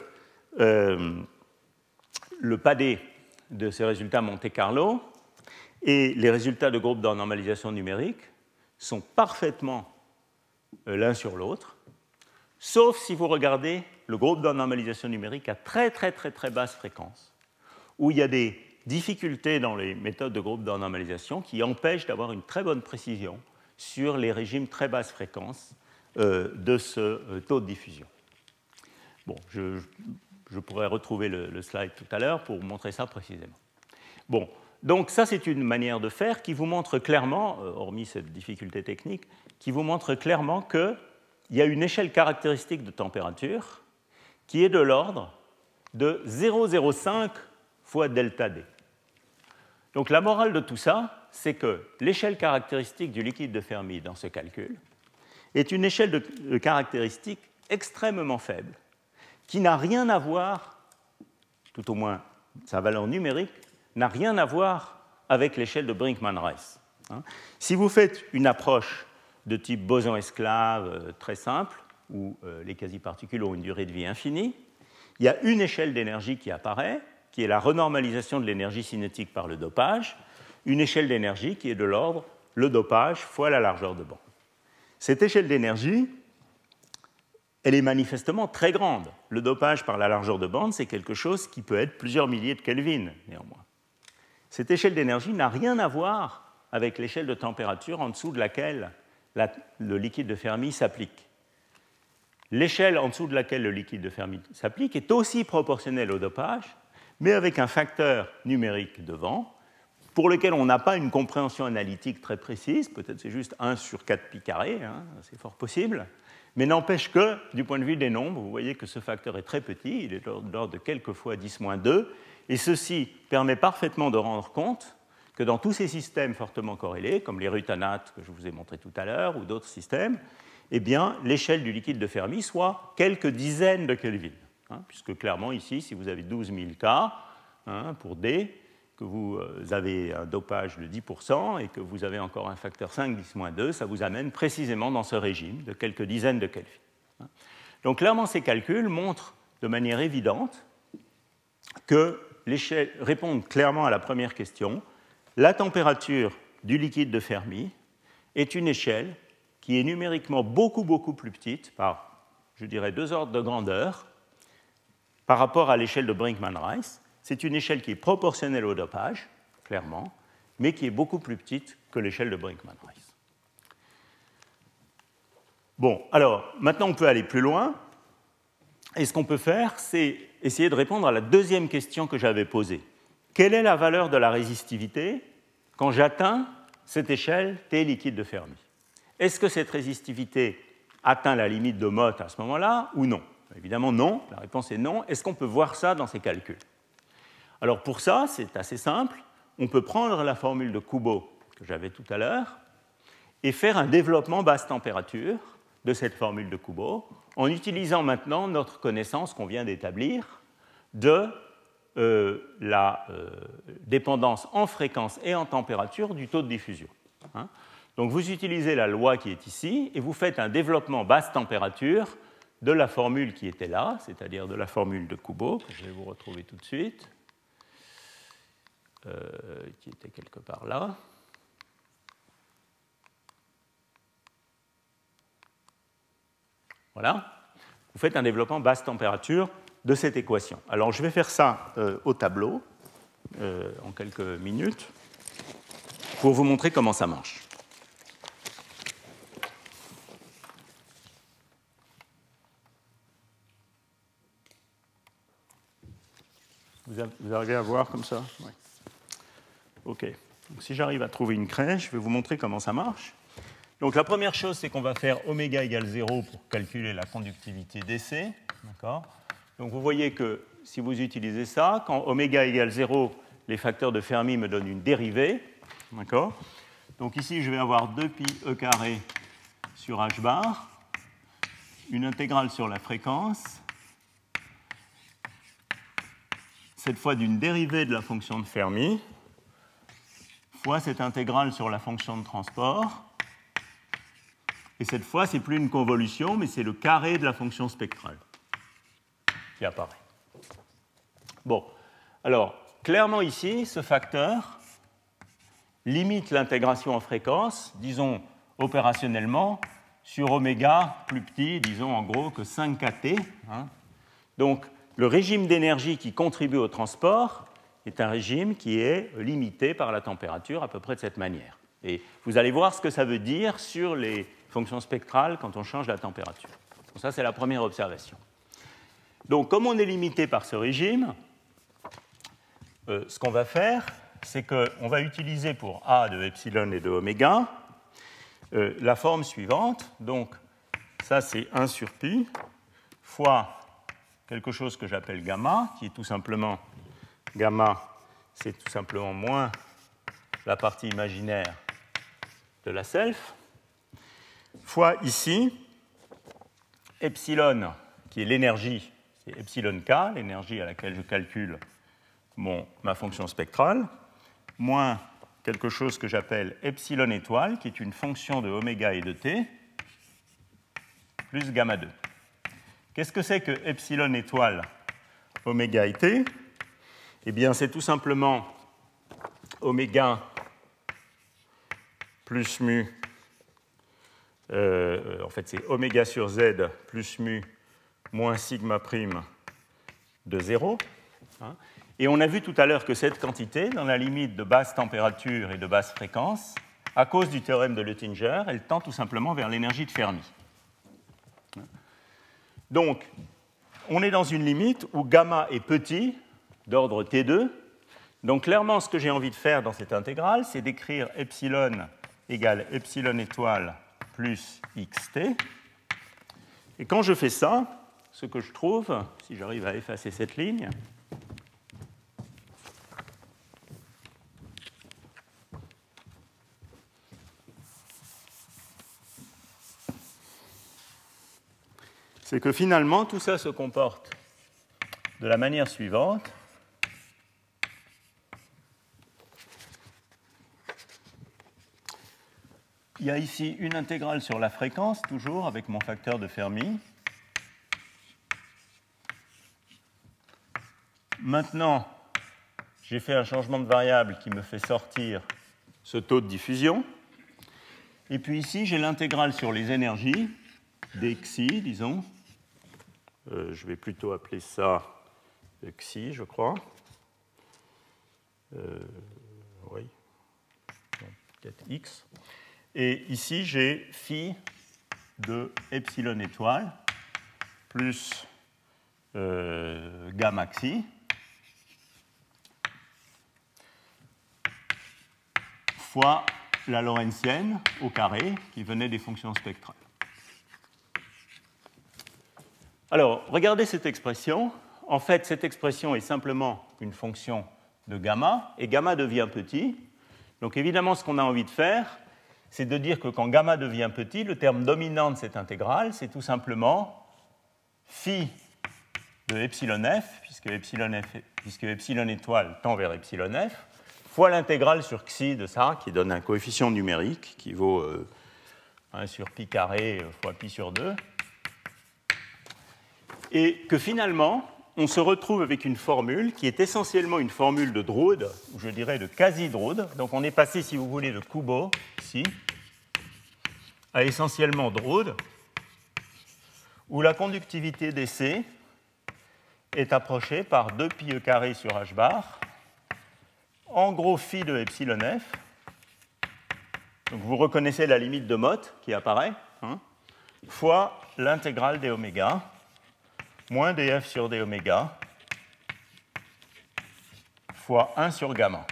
le Padé de ces résultats Monte-Carlo et les résultats de groupes de normalisation numérique sont parfaitement l'un sur l'autre, sauf si vous regardez le groupe de normalisation numérique à très basse fréquence, où il y a des difficultés dans les méthodes de groupe de normalisation qui empêchent d'avoir une très bonne précision sur les régimes très basse fréquence de ce taux de diffusion. Bon, je pourrais retrouver le slide tout à l'heure pour vous montrer ça précisément. Bon, donc ça c'est une manière de faire qui vous montre clairement, hormis cette difficulté technique, qui vous montre clairement qu'il y a une échelle caractéristique de température qui est de l'ordre de 0,05 fois delta D. Donc la morale de tout ça, c'est que l'échelle caractéristique du liquide de Fermi dans ce calcul est une échelle de caractéristique extrêmement faible, qui n'a rien à voir, tout au moins sa valeur numérique, n'a rien à voir avec l'échelle de Brinkman-Rice. Si vous faites une approche de type boson-esclave très simple, où les quasi-particules ont une durée de vie infinie, il y a une échelle d'énergie qui apparaît, qui est la renormalisation de l'énergie cinétique par le dopage, une échelle d'énergie qui est de l'ordre le dopage fois la largeur de bande. Cette échelle d'énergie, elle est manifestement très grande. Le dopage par la largeur de bande, c'est quelque chose qui peut être plusieurs milliers de Kelvin, néanmoins. Cette échelle d'énergie n'a rien à voir avec l'échelle de température en dessous de laquelle le liquide de Fermi s'applique. L'échelle en dessous de laquelle le liquide de Fermi s'applique est aussi proportionnelle au dopage, mais avec un facteur numérique devant, pour lequel on n'a pas une compréhension analytique très précise, peut-être c'est juste 1 sur 4 pi carré, c'est fort possible, mais n'empêche que, du point de vue des nombres, vous voyez que ce facteur est très petit, il est de l'ordre de quelques fois 10-2, et ceci permet parfaitement de rendre compte que dans tous ces systèmes fortement corrélés, comme les rutanates que je vous ai montrés tout à l'heure, ou d'autres systèmes, eh bien, l'échelle du liquide de Fermi soit quelques dizaines de Kelvin. Puisque clairement, ici, si vous avez 12 000 K pour D, que vous avez un dopage de 10% et que vous avez encore un facteur 5 10-2, ça vous amène précisément dans ce régime de quelques dizaines de Kelvin. Donc clairement, ces calculs montrent de manière évidente que l'échelle répondent clairement à la première question. La température du liquide de Fermi est une échelle qui est numériquement beaucoup, beaucoup plus petite, par, je dirais, 2 ordres de grandeur, par rapport à l'échelle de Brinkman-Rice. C'est une échelle qui est proportionnelle au dopage, clairement, mais qui est beaucoup plus petite que l'échelle de Brinkman-Rice. Bon, alors, maintenant on peut aller plus loin, et ce qu'on peut faire, c'est essayer de répondre à la deuxième question que j'avais posée. Quelle est la valeur de la résistivité quand j'atteins cette échelle T liquide de Fermi ? Est-ce que cette résistivité atteint la limite de Mott à ce moment-là ou non ? Évidemment non, la réponse est non. Est-ce qu'on peut voir ça dans ces calculs ? Alors pour ça, c'est assez simple. On peut prendre la formule de Kubo que j'avais tout à l'heure et faire un développement basse température de cette formule de Kubo en utilisant maintenant notre connaissance qu'on vient d'établir de la dépendance en fréquence et en température du taux de diffusion. Donc vous utilisez la loi qui est ici et vous faites un développement basse température de la formule qui était là, c'est-à-dire de la formule de Kubo, que je vais vous retrouver tout de suite, qui était quelque part là. Voilà. Vous faites un développement basse température de cette équation. Alors je vais faire ça au tableau en quelques minutes pour vous montrer comment ça marche. Vous arrivez à voir comme ça ? Oui. OK. Donc, si j'arrive à trouver une craie, je vais vous montrer comment ça marche. Donc la première chose, c'est qu'on va faire oméga égale 0 pour calculer la conductivité d'essai. D'accord ? Donc vous voyez que si vous utilisez ça, quand oméga égale 0, les facteurs de Fermi me donnent une dérivée. D'accord ? Donc ici, je vais avoir 2pi e carré sur h bar, une intégrale sur la fréquence, cette fois d'une dérivée de la fonction de Fermi, fois cette intégrale sur la fonction de transport. Et cette fois, ce n'est plus une convolution, mais c'est le carré de la fonction spectrale qui apparaît. Bon, alors, clairement ici, ce facteur limite l'intégration en fréquence, disons opérationnellement, sur oméga plus petit, disons en gros que 5kT. Donc, le régime d'énergie qui contribue au transport est un régime qui est limité par la température à peu près de cette manière. Et vous allez voir ce que ça veut dire sur les fonctions spectrales quand on change la température. Donc ça, c'est la première observation. Donc, comme on est limité par ce régime, ce qu'on va faire, c'est qu'on va utiliser pour A de epsilon et de oméga la forme suivante. Donc, ça, c'est 1 sur pi fois quelque chose que j'appelle gamma, qui est tout simplement gamma, c'est tout simplement moins la partie imaginaire de la self, fois ici, epsilon, qui est l'énergie, c'est epsilon k, l'énergie à laquelle je calcule ma fonction spectrale, moins quelque chose que j'appelle epsilon étoile, qui est une fonction de oméga et de t, plus gamma 2. Qu'est-ce que c'est que epsilon étoile oméga et t? Eh bien, c'est tout simplement oméga plus mu, en fait, c'est oméga sur z plus mu moins sigma prime de 0. Hein. Et on a vu tout à l'heure que cette quantité, dans la limite de basse température et de basse fréquence, à cause du théorème de Luttinger, elle tend tout simplement vers l'énergie de Fermi. Donc, on est dans une limite où gamma est petit, d'ordre T2. Donc, clairement, ce que j'ai envie de faire dans cette intégrale, c'est d'écrire epsilon égale epsilon étoile plus xt. Et quand je fais ça, ce que je trouve, si j'arrive à effacer cette ligne, c'est que finalement, tout ça se comporte de la manière suivante. Il y a ici une intégrale sur la fréquence, toujours avec mon facteur de Fermi. Maintenant, j'ai fait un changement de variable qui me fait sortir ce taux de diffusion. Et puis ici, j'ai l'intégrale sur les énergies, dxi, disons. Je vais plutôt appeler ça xi, je crois. Oui, peut-être x. Et ici, j'ai phi de epsilon étoile plus gamma xi fois la lorentzienne au carré qui venait des fonctions spectrales. Alors, regardez cette expression. En fait, cette expression est simplement une fonction de gamma, et gamma devient petit. Donc, évidemment, ce qu'on a envie de faire, c'est de dire que quand gamma devient petit, le terme dominant de cette intégrale, c'est tout simplement phi de epsilon f, puisque epsilon étoile tend vers epsilon f, fois l'intégrale sur xi de ça, qui donne un coefficient numérique qui vaut 1 sur pi carré fois pi sur 2. Et que finalement, on se retrouve avec une formule qui est essentiellement une formule de Drude, ou je dirais de quasi-Drude. Donc on est passé, si vous voulez, de Kubo, ici, à essentiellement Drude, où la conductivité dC est approchée par 2 pi e carré sur h bar, en gros phi de epsilon f. Donc vous reconnaissez la limite de Mott qui apparaît, hein, fois l'intégrale des oméga, moins df sur d oméga, fois 1 sur gamma.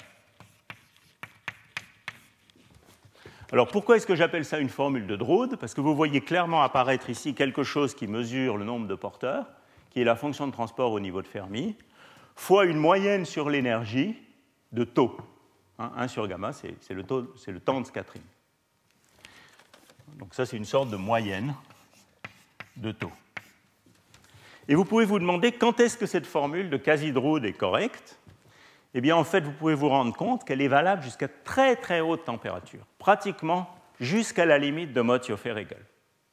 Alors pourquoi est-ce que j'appelle ça une formule de Drude? Parce que vous voyez clairement apparaître ici quelque chose qui mesure le nombre de porteurs, qui est la fonction de transport au niveau de Fermi, fois une moyenne sur l'énergie de taux. 1 sur gamma, c'est le temps de scattering. Donc ça, c'est une sorte de moyenne de taux. Et vous pouvez vous demander quand est-ce que cette formule de quasi-Drude est correcte. Eh bien, en fait, vous pouvez vous rendre compte qu'elle est valable jusqu'à très très haute température, pratiquement jusqu'à la limite de Mott-Joffe-Regel.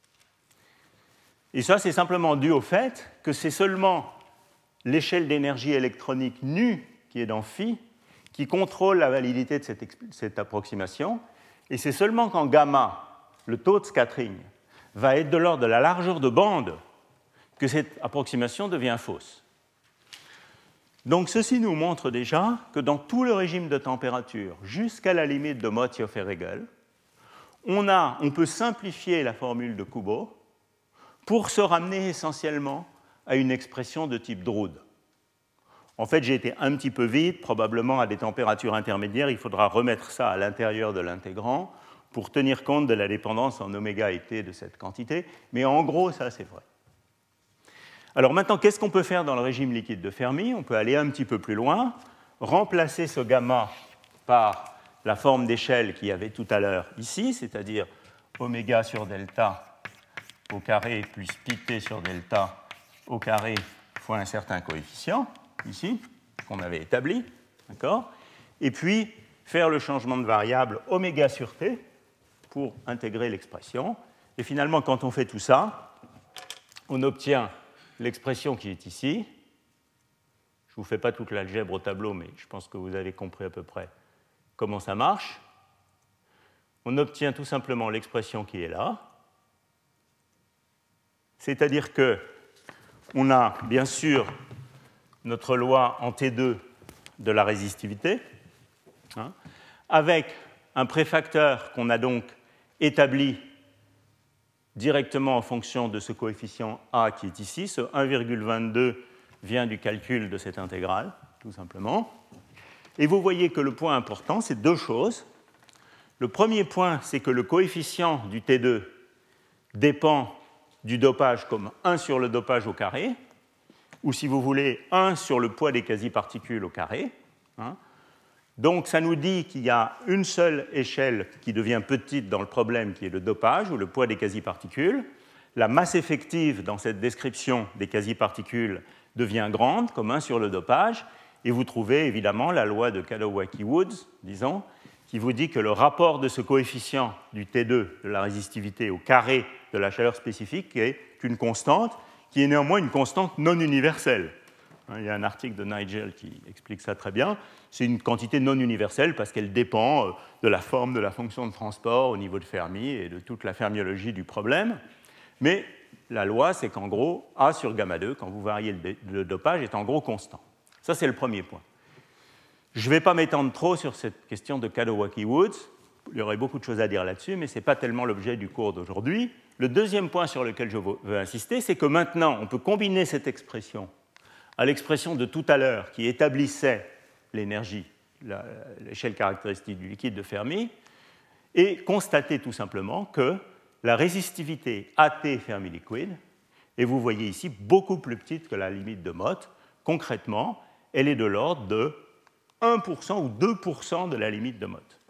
Et ça, c'est simplement dû au fait que c'est seulement l'échelle d'énergie électronique nue qui est dans phi qui contrôle la validité de cette approximation, et c'est seulement quand gamma, le taux de scattering, va être de l'ordre de la largeur de bande que cette approximation devient fausse. Donc ceci nous montre déjà que dans tout le régime de température, jusqu'à la limite de Mott-Joffe-Regel, on peut simplifier la formule de Kubo pour se ramener essentiellement à une expression de type Drude. En fait, j'ai été un petit peu vite, probablement à des températures intermédiaires, il faudra remettre ça à l'intérieur de l'intégrand pour tenir compte de la dépendance en oméga et t de cette quantité, mais en gros, ça c'est vrai. Alors maintenant, qu'est-ce qu'on peut faire dans le régime liquide de Fermi? On peut aller un petit peu plus loin, remplacer ce gamma par la forme d'échelle qu'il y avait tout à l'heure ici, c'est-à-dire oméga sur delta au carré plus pi t sur delta au carré fois un certain coefficient, ici, qu'on avait établi, d'accord? Et puis faire le changement de variable oméga sur t pour intégrer l'expression. Et finalement, quand on fait tout ça, on obtient l'expression qui est ici. Je ne vous fais pas toute l'algèbre au tableau, mais je pense que vous avez compris à peu près comment ça marche. On obtient tout simplement l'expression qui est là. C'est-à-dire qu'on a bien sûr notre loi en T2 de la résistivité, avec un préfacteur qu'on a donc établi directement en fonction de ce coefficient A qui est ici. Ce 1,22 vient du calcul de cette intégrale, tout simplement. Et vous voyez que le point important, c'est deux choses. Le premier point, c'est que le coefficient du T2 dépend du dopage comme 1 sur le dopage au carré, ou si vous voulez, 1 sur le poids des quasi-particules au carré. Donc ça nous dit qu'il y a une seule échelle qui devient petite dans le problème, qui est le dopage, ou le poids des quasi-particules. La masse effective dans cette description des quasi-particules devient grande, comme 1 sur le dopage, et vous trouvez évidemment la loi de Kadowaki-Woods, disons, qui vous dit que le rapport de ce coefficient du T2 de la résistivité au carré de la chaleur spécifique est une constante, qui est néanmoins une constante non universelle. Il y a un article de Nigel qui explique ça très bien. C'est une quantité non universelle parce qu'elle dépend de la forme de la fonction de transport au niveau de Fermi et de toute la fermiologie du problème. Mais la loi, c'est qu'en gros, A sur gamma 2, quand vous variez le dopage, est en gros constant. Ça, c'est le premier point. Je ne vais pas m'étendre trop sur cette question de Kadowaki-Woods. Il y aurait beaucoup de choses à dire là-dessus, mais ce n'est pas tellement l'objet du cours d'aujourd'hui. Le deuxième point sur lequel je veux insister, c'est que maintenant, on peut combiner cette expression à l'expression de tout à l'heure qui établissait l'énergie, l'échelle caractéristique du liquide de Fermi, et constater tout simplement que la résistivité AT Fermi liquide, et vous voyez ici, beaucoup plus petite que la limite de Mott. Concrètement, elle est de l'ordre de 1% ou 2% de la limite de Mott.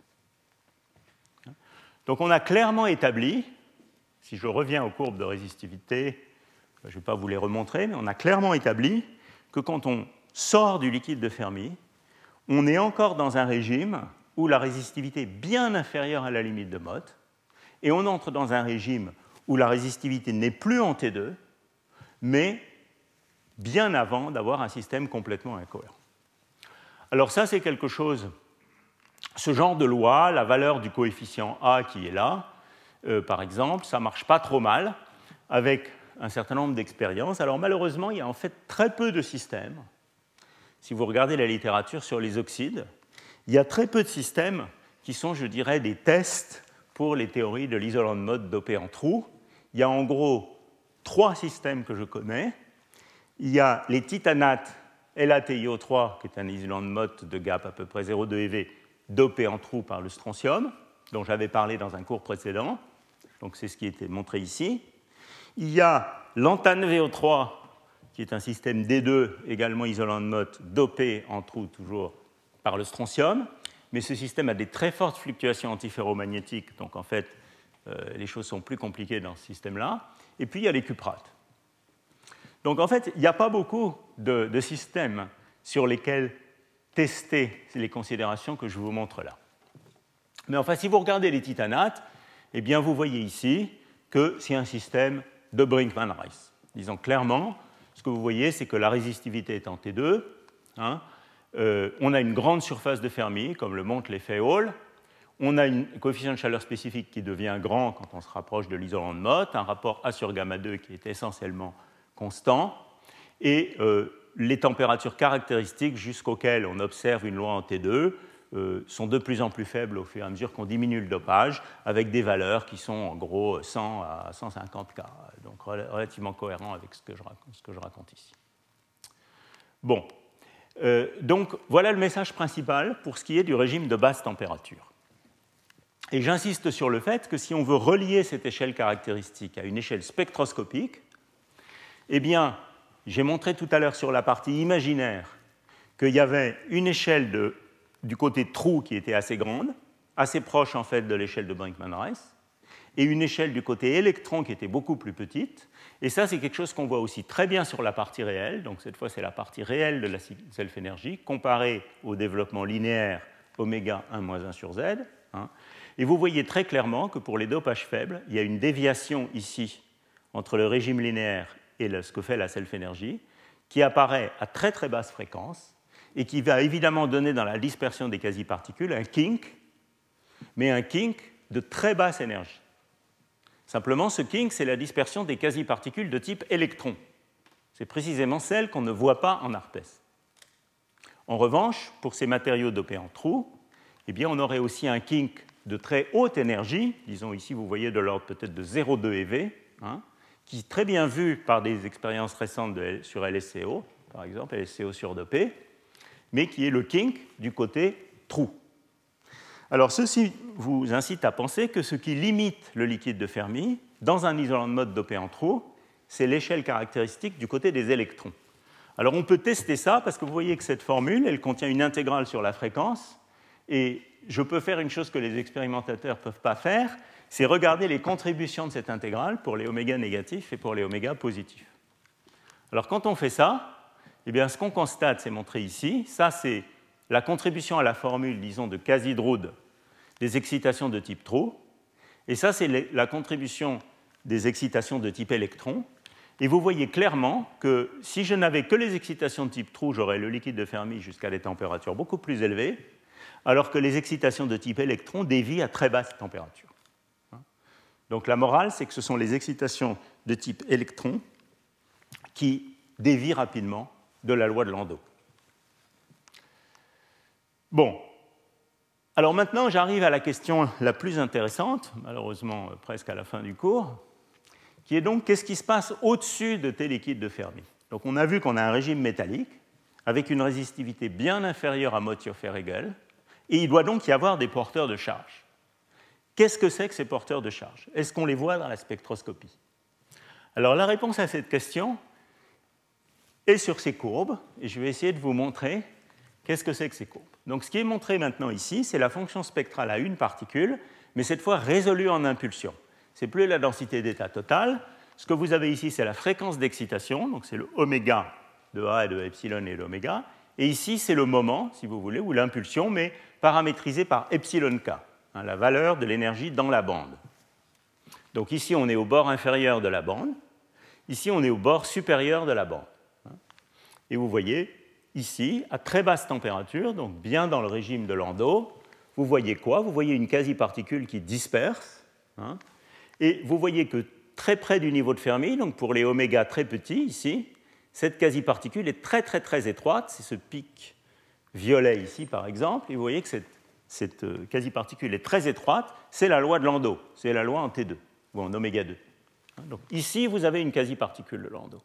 Donc on a clairement établi, si je reviens aux courbes de résistivité, je ne vais pas vous les remontrer, mais on a clairement établi que quand on sort du liquide de Fermi, on est encore dans un régime où la résistivité est bien inférieure à la limite de Mott, et on entre dans un régime où la résistivité n'est plus en T2, mais bien avant d'avoir un système complètement incohérent. Alors ça, c'est quelque chose, ce genre de loi, la valeur du coefficient A qui est là, par exemple, ça ne marche pas trop mal avec un certain nombre d'expériences. Alors malheureusement, il y a en fait très peu de systèmes. Si vous regardez la littérature sur les oxydes, il y a très peu de systèmes qui sont, je dirais, des tests pour les théories de l'isolant de Mott dopé en trou. Il y a en gros 3 systèmes que je connais. Il y a les titanates LaTiO3, qui est un isolant de Mott de gap à peu près 0,2 eV, dopé en trou par le strontium, dont j'avais parlé dans un cours précédent. Donc c'est ce qui était montré ici. Il y a l'antane VO3, qui est un système D2, également isolant de Mott, dopé en trou toujours par le strontium. Mais ce système a des très fortes fluctuations antiferromagnétiques, donc en fait, les choses sont plus compliquées dans ce système-là. Et puis il y a les cuprates. Donc en fait, il n'y a pas beaucoup de systèmes sur lesquels tester les considérations que je vous montre là. Mais enfin, si vous regardez les titanates, eh bien, vous voyez ici que c'est un système de Brinkman-Rice. Disons clairement, ce que vous voyez, c'est que la résistivité est en T2. On a une grande surface de Fermi, comme le montre l'effet Hall. On a un coefficient de chaleur spécifique qui devient grand quand on se rapproche de l'isolant de Mott, un rapport A sur gamma 2 qui est essentiellement constant, et les températures caractéristiques jusqu'auxquelles on observe une loi en T2 sont de plus en plus faibles au fur et à mesure qu'on diminue le dopage, avec des valeurs qui sont en gros 100 à 150 K, donc relativement cohérent avec ce que je raconte ici. Bon, donc voilà le message principal pour ce qui est du régime de basse température. Et j'insiste sur le fait que si on veut relier cette échelle caractéristique à une échelle spectroscopique, eh bien, j'ai montré tout à l'heure sur la partie imaginaire qu'il y avait une échelle du côté trou qui était assez grande, assez proche en fait de l'échelle de Brinkman-Rice, et une échelle du côté électron qui était beaucoup plus petite. Et ça, c'est quelque chose qu'on voit aussi très bien sur la partie réelle. Donc cette fois, c'est la partie réelle de la self-énergie comparée au développement linéaire oméga 1 moins 1 sur Z. Hein. Et vous voyez très clairement que pour les dopages faibles, il y a une déviation ici entre le régime linéaire et ce que fait la self-énergie, qui apparaît à très très basse fréquence et qui va évidemment donner dans la dispersion des quasi-particules un kink, mais un kink de très basse énergie. Simplement, ce kink, c'est la dispersion des quasi-particules de type électron. C'est précisément celle qu'on ne voit pas en ARPES. En revanche, pour ces matériaux dopés en trou, eh bien, on aurait aussi un kink de très haute énergie, disons ici, vous voyez de l'ordre peut-être de 0,2 eV, hein, qui est très bien vu par des expériences récentes sur LSCO, par exemple, LSCO surdopé, mais qui est le kink du côté trou. Alors, ceci vous incite à penser que ce qui limite le liquide de Fermi, dans un isolant de mode dopé en trou, c'est l'échelle caractéristique du côté des électrons. Alors, on peut tester ça, parce que vous voyez que cette formule, elle contient une intégrale sur la fréquence, et je peux faire une chose que les expérimentateurs ne peuvent pas faire, c'est regarder les contributions de cette intégrale pour les oméga négatifs et pour les oméga positifs. Alors, quand on fait ça, eh bien, ce qu'on constate, c'est montré ici, ça c'est la contribution à la formule, disons, de Casidrude des excitations de type trou, et ça c'est la contribution des excitations de type électron, et vous voyez clairement que si je n'avais que les excitations de type trou, j'aurais le liquide de Fermi jusqu'à des températures beaucoup plus élevées, alors que les excitations de type électron dévient à très basse température. Donc la morale, c'est que ce sont les excitations de type électron qui dévient rapidement de la loi de Landau. Bon, alors maintenant j'arrive à la question la plus intéressante, malheureusement presque à la fin du cours, qui est donc qu'est-ce qui se passe au-dessus de T liquide de Fermi. Donc on a vu qu'on a un régime métallique avec une résistivité bien inférieure à Mottier-Hegel, et il doit donc y avoir des porteurs de charge. Qu'est-ce que c'est que ces porteurs de charge? Est-ce qu'on les voit dans la spectroscopie? Alors la réponse à cette question est sur ces courbes, et je vais essayer de vous montrer qu'est-ce que c'est que ces courbes. Donc ce qui est montré maintenant ici, c'est la fonction spectrale à une particule, mais cette fois résolue en impulsion. Ce n'est plus la densité d'état totale. Ce que vous avez ici, c'est la fréquence d'excitation, donc c'est le oméga de A et de epsilon et l'oméga. Et ici, c'est le moment, si vous voulez, ou l'impulsion, mais paramétrisé par epsilon k, hein, la valeur de l'énergie dans la bande. Donc ici, on est au bord inférieur de la bande. Ici, on est au bord supérieur de la bande. Et vous voyez, ici, à très basse température, donc bien dans le régime de Landau, vous voyez quoi? Vous voyez une quasi-particule qui disperse, hein, et vous voyez que très près du niveau de Fermi, donc pour les oméga très petits ici, cette quasi-particule est très très très étroite, c'est ce pic violet ici par exemple, et vous voyez que cette quasi-particule est très étroite, c'est la loi de Landau, c'est la loi en T2, ou en oméga 2. Donc ici, vous avez une quasi-particule de Landau.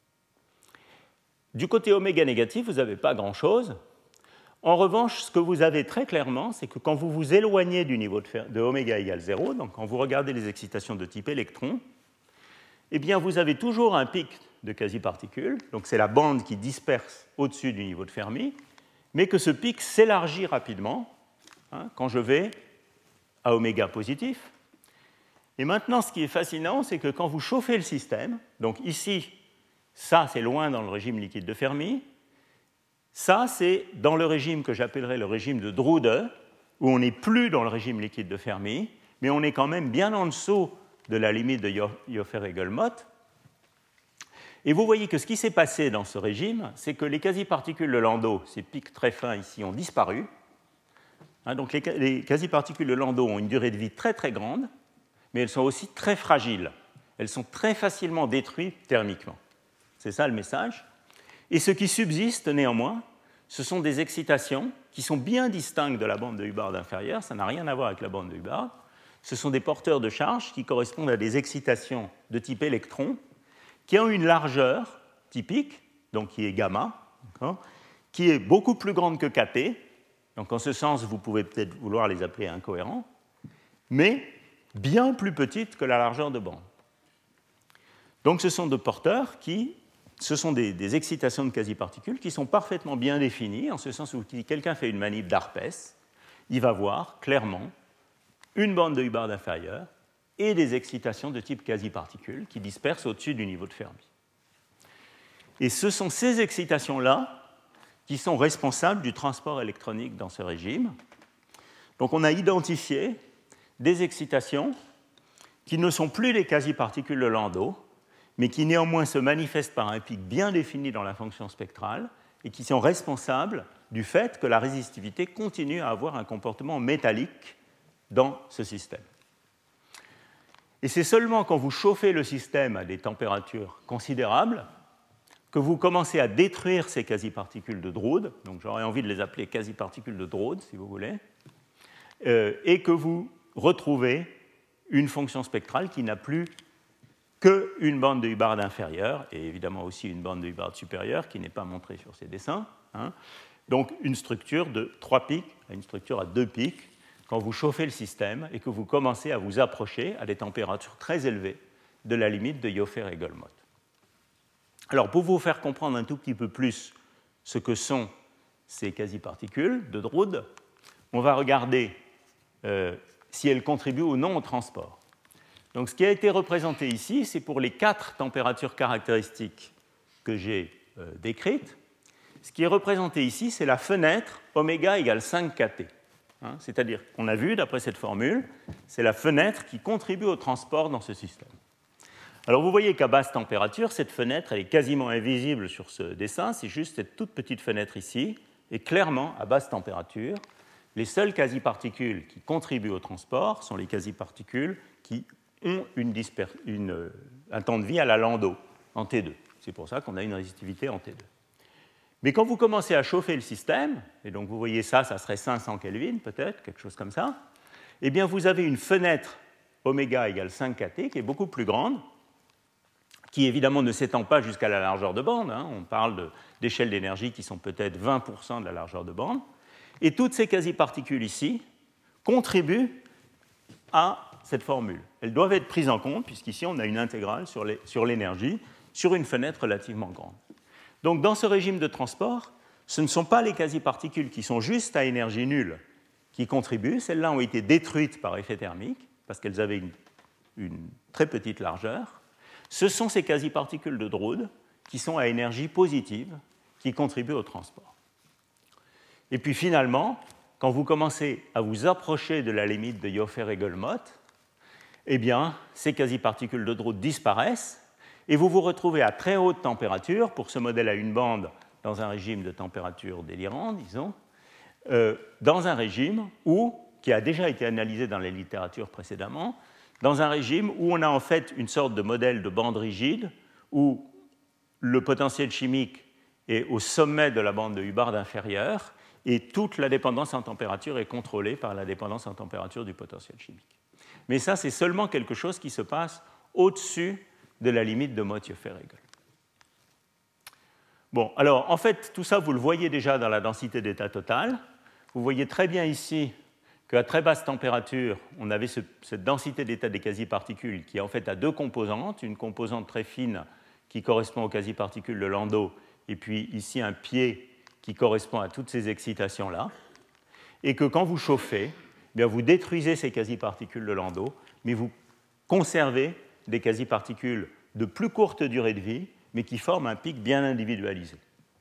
Du côté oméga négatif, vous n'avez pas grand-chose. En revanche, ce que vous avez très clairement, c'est que quand vous vous éloignez du niveau de oméga égale 0, donc quand vous regardez les excitations de type électron, eh bien vous avez toujours un pic de quasi-particules, donc c'est la bande qui disperse au-dessus du niveau de Fermi, mais que ce pic s'élargit rapidement, hein, quand je vais à oméga positif. Et maintenant, ce qui est fascinant, c'est que quand vous chauffez le système, donc ici, ça c'est loin dans le régime liquide de Fermi, ça, c'est dans le régime que j'appellerais le régime de Drude, où on n'est plus dans le régime liquide de Fermi, mais on est quand même bien en dessous de la limite de Joffe-Hegel-Mott. Et vous voyez que ce qui s'est passé dans ce régime, c'est que les quasi-particules de Landau, ces pics très fins ici, ont disparu. Hein, donc les quasi-particules de Landau ont une durée de vie très très grande, mais elles sont aussi très fragiles. Elles sont très facilement détruites thermiquement. C'est ça le message. Et ce qui subsiste néanmoins, ce sont des excitations qui sont bien distinctes de la bande de Hubbard inférieure, ça n'a rien à voir avec la bande de Hubbard. Ce sont des porteurs de charge qui correspondent à des excitations de type électron, qui ont une largeur typique, donc qui est gamma, qui est beaucoup plus grande que kT, donc en ce sens vous pouvez peut-être vouloir les appeler incohérents, mais bien plus petites que la largeur de bande. Donc ce sont des porteurs ce sont des excitations de quasi-particules qui sont parfaitement bien définies, en ce sens où si quelqu'un fait une manip d'ARPES, il va voir clairement une bande de Hubbard inférieure et des excitations de type quasi-particules qui dispersent au-dessus du niveau de Fermi. Et ce sont ces excitations-là qui sont responsables du transport électronique dans ce régime. Donc on a identifié des excitations qui ne sont plus les quasi-particules de Landau, mais qui néanmoins se manifestent par un pic bien défini dans la fonction spectrale et qui sont responsables du fait que la résistivité continue à avoir un comportement métallique dans ce système. Et c'est seulement quand vous chauffez le système à des températures considérables que vous commencez à détruire ces quasi-particules de Drude, donc j'aurais envie de les appeler quasi-particules de Drude, si vous voulez, et que vous retrouvez une fonction spectrale qui n'a plus qu'une bande de Hubbard inférieure, et évidemment aussi une bande de Hubbard supérieure, qui n'est pas montrée sur ces dessins. Donc une structure de 3 pics à une structure à 2 pics, quand vous chauffez le système et que vous commencez à vous approcher à des températures très élevées de la limite de Joffe-Egelmott. Alors, pour vous faire comprendre un tout petit peu plus ce que sont ces quasi-particules de Drude, on va regarder si elles contribuent ou non au transport. Donc, ce qui a été représenté ici, c'est pour les 4 températures caractéristiques que j'ai décrites. Ce qui est représenté ici, c'est la fenêtre oméga égale 5 kT. C'est-à-dire, on a vu, d'après cette formule, c'est la fenêtre qui contribue au transport dans ce système. Alors vous voyez qu'à basse température, cette fenêtre elle est quasiment invisible sur ce dessin, c'est juste cette toute petite fenêtre ici, et clairement, à basse température, les seules quasi-particules qui contribuent au transport sont les quasi-particules qui ont un temps de vie à la Landau, en T2. C'est pour ça qu'on a une résistivité en T2. Mais quand vous commencez à chauffer le système, et donc vous voyez ça serait 500 Kelvin peut-être, quelque chose comme ça, eh bien vous avez une fenêtre oméga égale 5 kT qui est beaucoup plus grande, qui évidemment ne s'étend pas jusqu'à la largeur de bande, on parle d'échelles d'énergie qui sont peut-être 20% de la largeur de bande, et toutes ces quasi-particules ici contribuent à cette formule. Elles doivent être prises en compte, puisqu'ici on a une intégrale sur l'énergie, sur une fenêtre relativement grande. Donc dans ce régime de transport, ce ne sont pas les quasi-particules qui sont juste à énergie nulle qui contribuent, celles-là ont été détruites par effet thermique, parce qu'elles avaient une très petite largeur. Ce sont ces quasi-particules de Drude qui sont à énergie positive, qui contribuent au transport. Et puis finalement, quand vous commencez à vous approcher de la limite de Joffe-Egelmott, eh bien, ces quasi-particules de Drude disparaissent, et vous vous retrouvez à très haute température, pour ce modèle à une bande, dans un régime de température délirant, disons, dans un régime qui a déjà été analysé dans la littérature précédemment, dans un régime où on a en fait une sorte de modèle de bande rigide, où le potentiel chimique est au sommet de la bande de Hubbard inférieure, et toute la dépendance en température est contrôlée par la dépendance en température du potentiel chimique. Mais ça, c'est seulement quelque chose qui se passe au-dessus de la limite de Mott-Joffe-Regel. Bon, alors, en fait, tout ça, vous le voyez déjà dans la densité d'état total. Vous voyez très bien ici qu'à très basse température, on avait cette densité d'état des quasi-particules qui est en fait à 2 composantes, une composante très fine qui correspond aux quasi-particules de Landau, et puis ici un pied qui correspond à toutes ces excitations-là, et que quand vous chauffez, eh bien, vous détruisez ces quasi-particules de Landau, mais vous conservez des quasi-particules de plus courte durée de vie, mais qui forment un pic bien individualisé.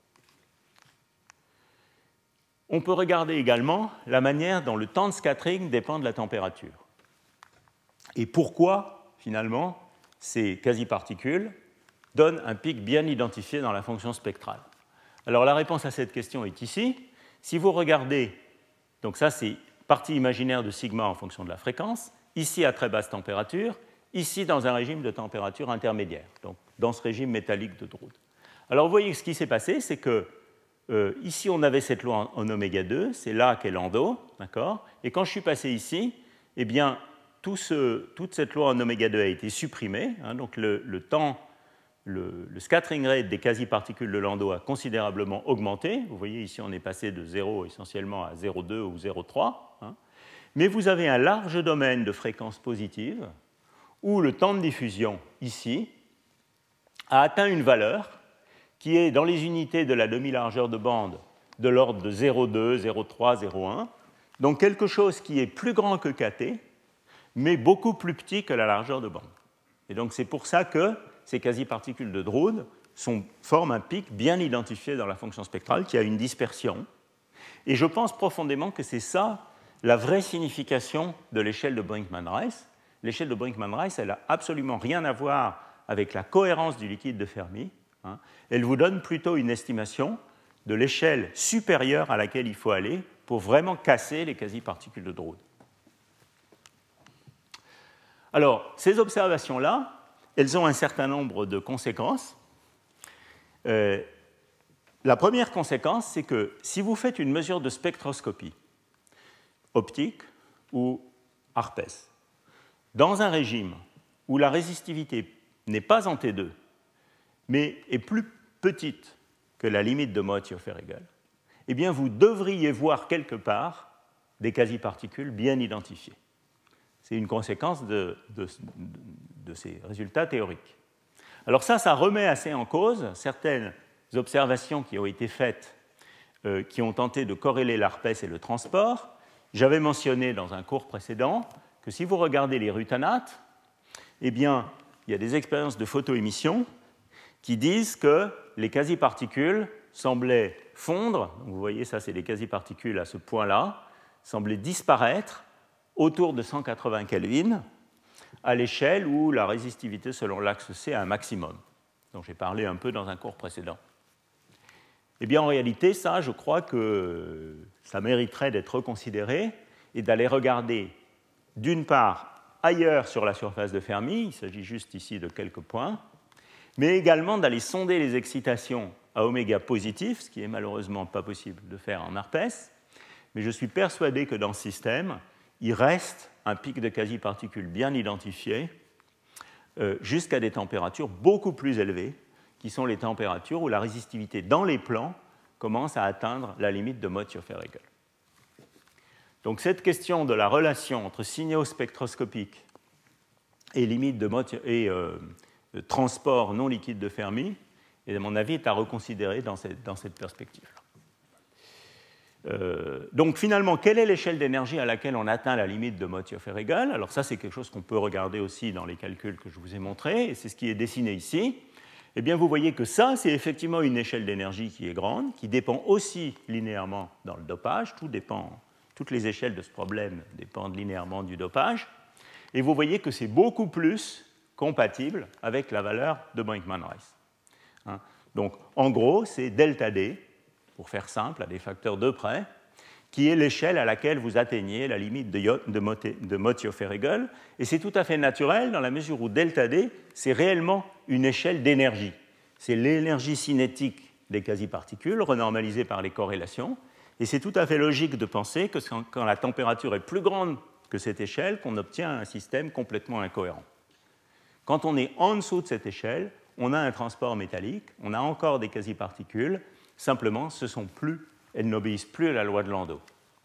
On peut regarder également la manière dont le temps de scattering dépend de la température. Et pourquoi, finalement, ces quasi-particules donnent un pic bien identifié dans la fonction spectrale. Alors la réponse à cette question est ici. Si vous regardez, donc ça c'est partie imaginaire de sigma en fonction de la fréquence, ici à très basse température, ici dans un régime de température intermédiaire, donc dans ce régime métallique de Drude. Alors vous voyez que ce qui s'est passé, c'est que ici on avait cette loi en oméga 2, c'est là qu'est Landau, d'accord ? Et quand je suis passé ici, eh bien toute cette loi en oméga 2 a été supprimée, donc le scattering rate des quasi-particules de Landau a considérablement augmenté. Vous voyez ici on est passé de 0 essentiellement à 0,2 ou 0,3, mais vous avez un large domaine de fréquences positives où le temps de diffusion, ici, a atteint une valeur qui est dans les unités de la demi-largeur de bande de l'ordre de 0,2, 0,3, 0,1, donc quelque chose qui est plus grand que kT, mais beaucoup plus petit que la largeur de bande. Et donc c'est pour ça que ces quasi-particules de Drude forment un pic bien identifié dans la fonction spectrale qui a une dispersion. Et je pense profondément que c'est ça la vraie signification de l'échelle de Brinkman-Rice. L'échelle de Brinkman-Rice, elle n'a absolument rien à voir avec la cohérence du liquide de Fermi. Elle vous donne plutôt une estimation de l'échelle supérieure à laquelle il faut aller pour vraiment casser les quasi-particules de Drude. Alors, ces observations-là, elles ont un certain nombre de conséquences. La première conséquence, c'est que si vous faites une mesure de spectroscopie optique ou ARPES, dans un régime où la résistivité n'est pas en T2, mais est plus petite que la limite de Moitié-Feregel, eh bien vous devriez voir quelque part des quasi-particules bien identifiées. C'est une conséquence de ces résultats théoriques. Alors ça remet assez en cause certaines observations qui ont été faites, qui ont tenté de corréler l'ARPES et le transport. J'avais mentionné dans un cours précédent que si vous regardez les rutanates, eh bien, il y a des expériences de photoémission qui disent que les quasi-particules semblaient fondre, donc vous voyez, ça c'est des quasi-particules à ce point-là, semblaient disparaître autour de 180 Kelvin, à l'échelle où la résistivité selon l'axe C a un maximum, dont j'ai parlé un peu dans un cours précédent. Eh bien, en réalité, ça, je crois que ça mériterait d'être reconsidéré et d'aller regarder, d'une part, ailleurs sur la surface de Fermi, il s'agit juste ici de quelques points, mais également d'aller sonder les excitations à oméga positif, ce qui est malheureusement pas possible de faire en ARPES, mais je suis persuadé que dans ce système, il reste un pic de quasi-particules bien identifié jusqu'à des températures beaucoup plus élevées, qui sont les températures où la résistivité dans les plans commence à atteindre la limite de Moitié-Feregel. Donc cette question de la relation entre signaux spectroscopiques et limite de transport non liquide de Fermi, et à mon avis, est à reconsidérer dans cette perspective-là. Donc finalement, quelle est l'échelle d'énergie à laquelle on atteint la limite de Moitié-Feregel? Alors ça, c'est quelque chose qu'on peut regarder aussi dans les calculs que je vous ai montrés, et c'est ce qui est dessiné ici. Eh bien, vous voyez que ça, c'est effectivement une échelle d'énergie qui est grande, qui dépend aussi linéairement dans le dopage. Toutes les échelles de ce problème dépendent linéairement du dopage. Et vous voyez que c'est beaucoup plus compatible avec la valeur de Brinkman-Rice. Donc, en gros, c'est delta D, pour faire simple, à des facteurs 2 près, qui est l'échelle à laquelle vous atteignez la limite de Moitié-Feregel. Et c'est tout à fait naturel dans la mesure où delta D, c'est réellement une échelle d'énergie. C'est l'énergie cinétique des quasi-particules, renormalisée par les corrélations. Et c'est tout à fait logique de penser que quand la température est plus grande que cette échelle, qu'on obtient un système complètement incohérent. Quand on est en dessous de cette échelle, on a un transport métallique, on a encore des quasi-particules, simplement, elles n'obéissent plus à la loi de Landau.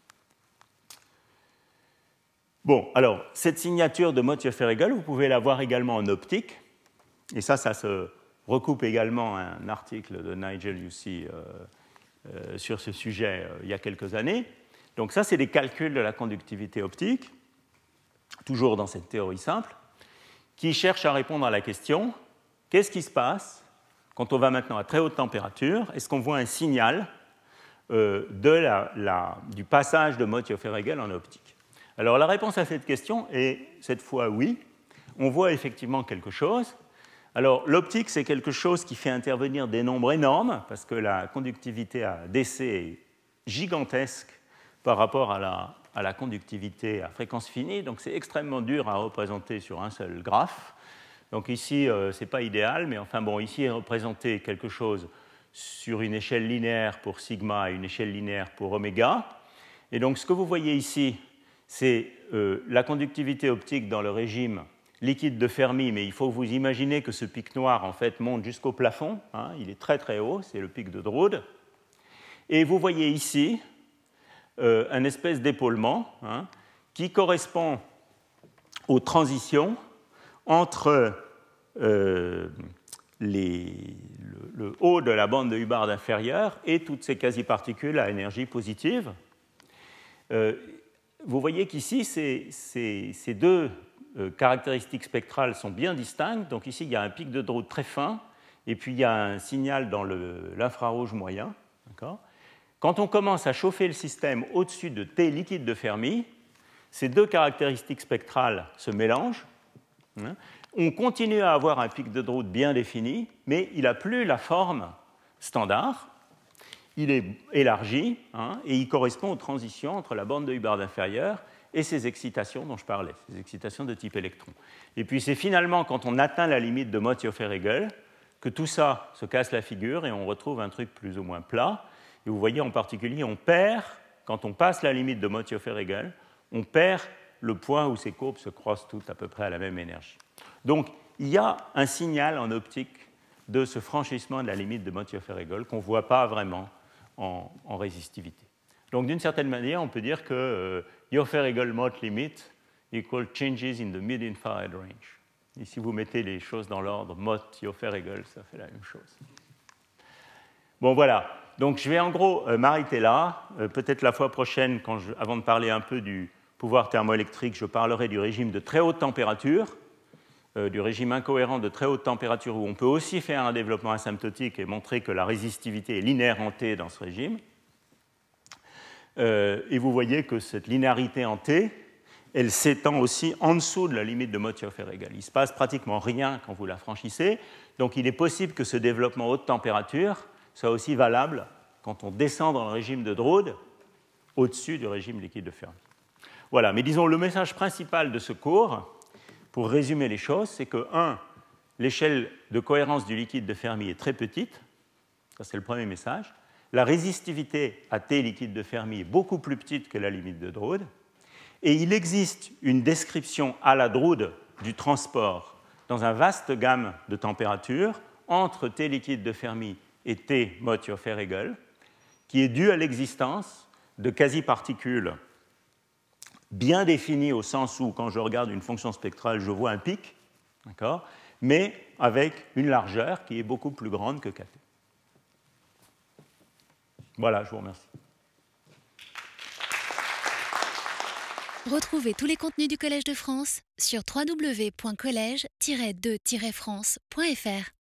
Bon, alors, cette signature de Moitié-Feregel, vous pouvez la voir également en optique, et ça se recoupe également à un article de Nigel Hussey sur ce sujet il y a quelques années. Donc ça, c'est des calculs de la conductivité optique, toujours dans cette théorie simple, qui cherchent à répondre à la question qu'est-ce qui se passe quand on va maintenant à très haute température? Est-ce qu'on voit un signal du passage de Moitié-Feregel en optique? Alors la réponse à cette question est cette fois oui. On voit effectivement quelque chose. Alors l'optique, c'est quelque chose qui fait intervenir des nombres énormes, parce que la conductivité à DC est gigantesque par rapport à la conductivité à fréquence finie, donc c'est extrêmement dur à représenter sur un seul graphe. Donc ici, ce n'est pas idéal, mais enfin bon, ici est représenté quelque chose sur une échelle linéaire pour sigma et une échelle linéaire pour oméga. Et donc ce que vous voyez ici, c'est la conductivité optique dans le régime liquide de Fermi, mais il faut vous imaginer que ce pic noir en fait monte jusqu'au plafond, il est très très haut, c'est le pic de Drude. Et vous voyez ici un espèce d'épaulement qui correspond aux transitions entre le haut de la bande de Hubbard inférieure et toutes ces quasi-particules à énergie positive. Vous voyez qu'ici, ces deux caractéristiques spectrales sont bien distinctes. Donc ici, il y a un pic de Drude très fin, et puis il y a un signal dans l'infrarouge moyen. D'accord ? Quand on commence à chauffer le système au-dessus de T liquide de Fermi, ces deux caractéristiques spectrales se mélangent. On continue à avoir un pic de Drude bien défini, mais il n'a plus la forme standard. Il est élargi et il correspond aux transitions entre la bande de Hubbard inférieure et ces excitations dont je parlais, ces excitations de type électron. Et puis c'est finalement quand on atteint la limite de Mott-Joffe-Regel que tout ça se casse la figure et on retrouve un truc plus ou moins plat. Et vous voyez en particulier, on perd, quand on passe la limite de Mott-Joffe-Regel, on perd le point où ces courbes se croisent toutes à peu près à la même énergie. Donc il y a un signal en optique de ce franchissement de la limite de Mott-Joffe-Regel qu'on ne voit pas vraiment en résistivité. Donc d'une certaine manière, on peut dire que Joffe-Regel-Mott limit equal changes in the mid-infrared range. Et si vous mettez les choses dans l'ordre Mott-Joffe-Regel, ça fait la même chose. Bon voilà, donc je vais en gros m'arrêter là. Peut-être la fois prochaine, avant de parler un peu du pouvoir thermoélectrique, je parlerai du régime de très haute température, du régime incohérent de très haute température où on peut aussi faire un développement asymptotique et montrer que la résistivité est linéaire en T dans ce régime. Et vous voyez que cette linéarité en T, elle s'étend aussi en dessous de la limite de Mott-Joffe-Regel. Il ne se passe pratiquement rien quand vous la franchissez, donc il est possible que ce développement haute température soit aussi valable quand on descend dans le régime de Drude au-dessus du régime liquide de Fermi. Voilà, mais disons le message principal de ce cours, pour résumer les choses, c'est que 1. L'échelle de cohérence du liquide de Fermi est très petite, ça c'est le premier message. La résistivité à T liquide de Fermi est beaucoup plus petite que la limite de Drude. Et il existe une description à la Drude du transport dans un vaste gamme de températures entre T liquide de Fermi et T Mott-Joffe-Regel, qui est due à l'existence de quasi-particules bien définies au sens où, quand je regarde une fonction spectrale, je vois un pic, mais avec une largeur qui est beaucoup plus grande que kT. Voilà, je vous remercie. Retrouvez tous les contenus du Collège de France sur www.collège-2-france.fr.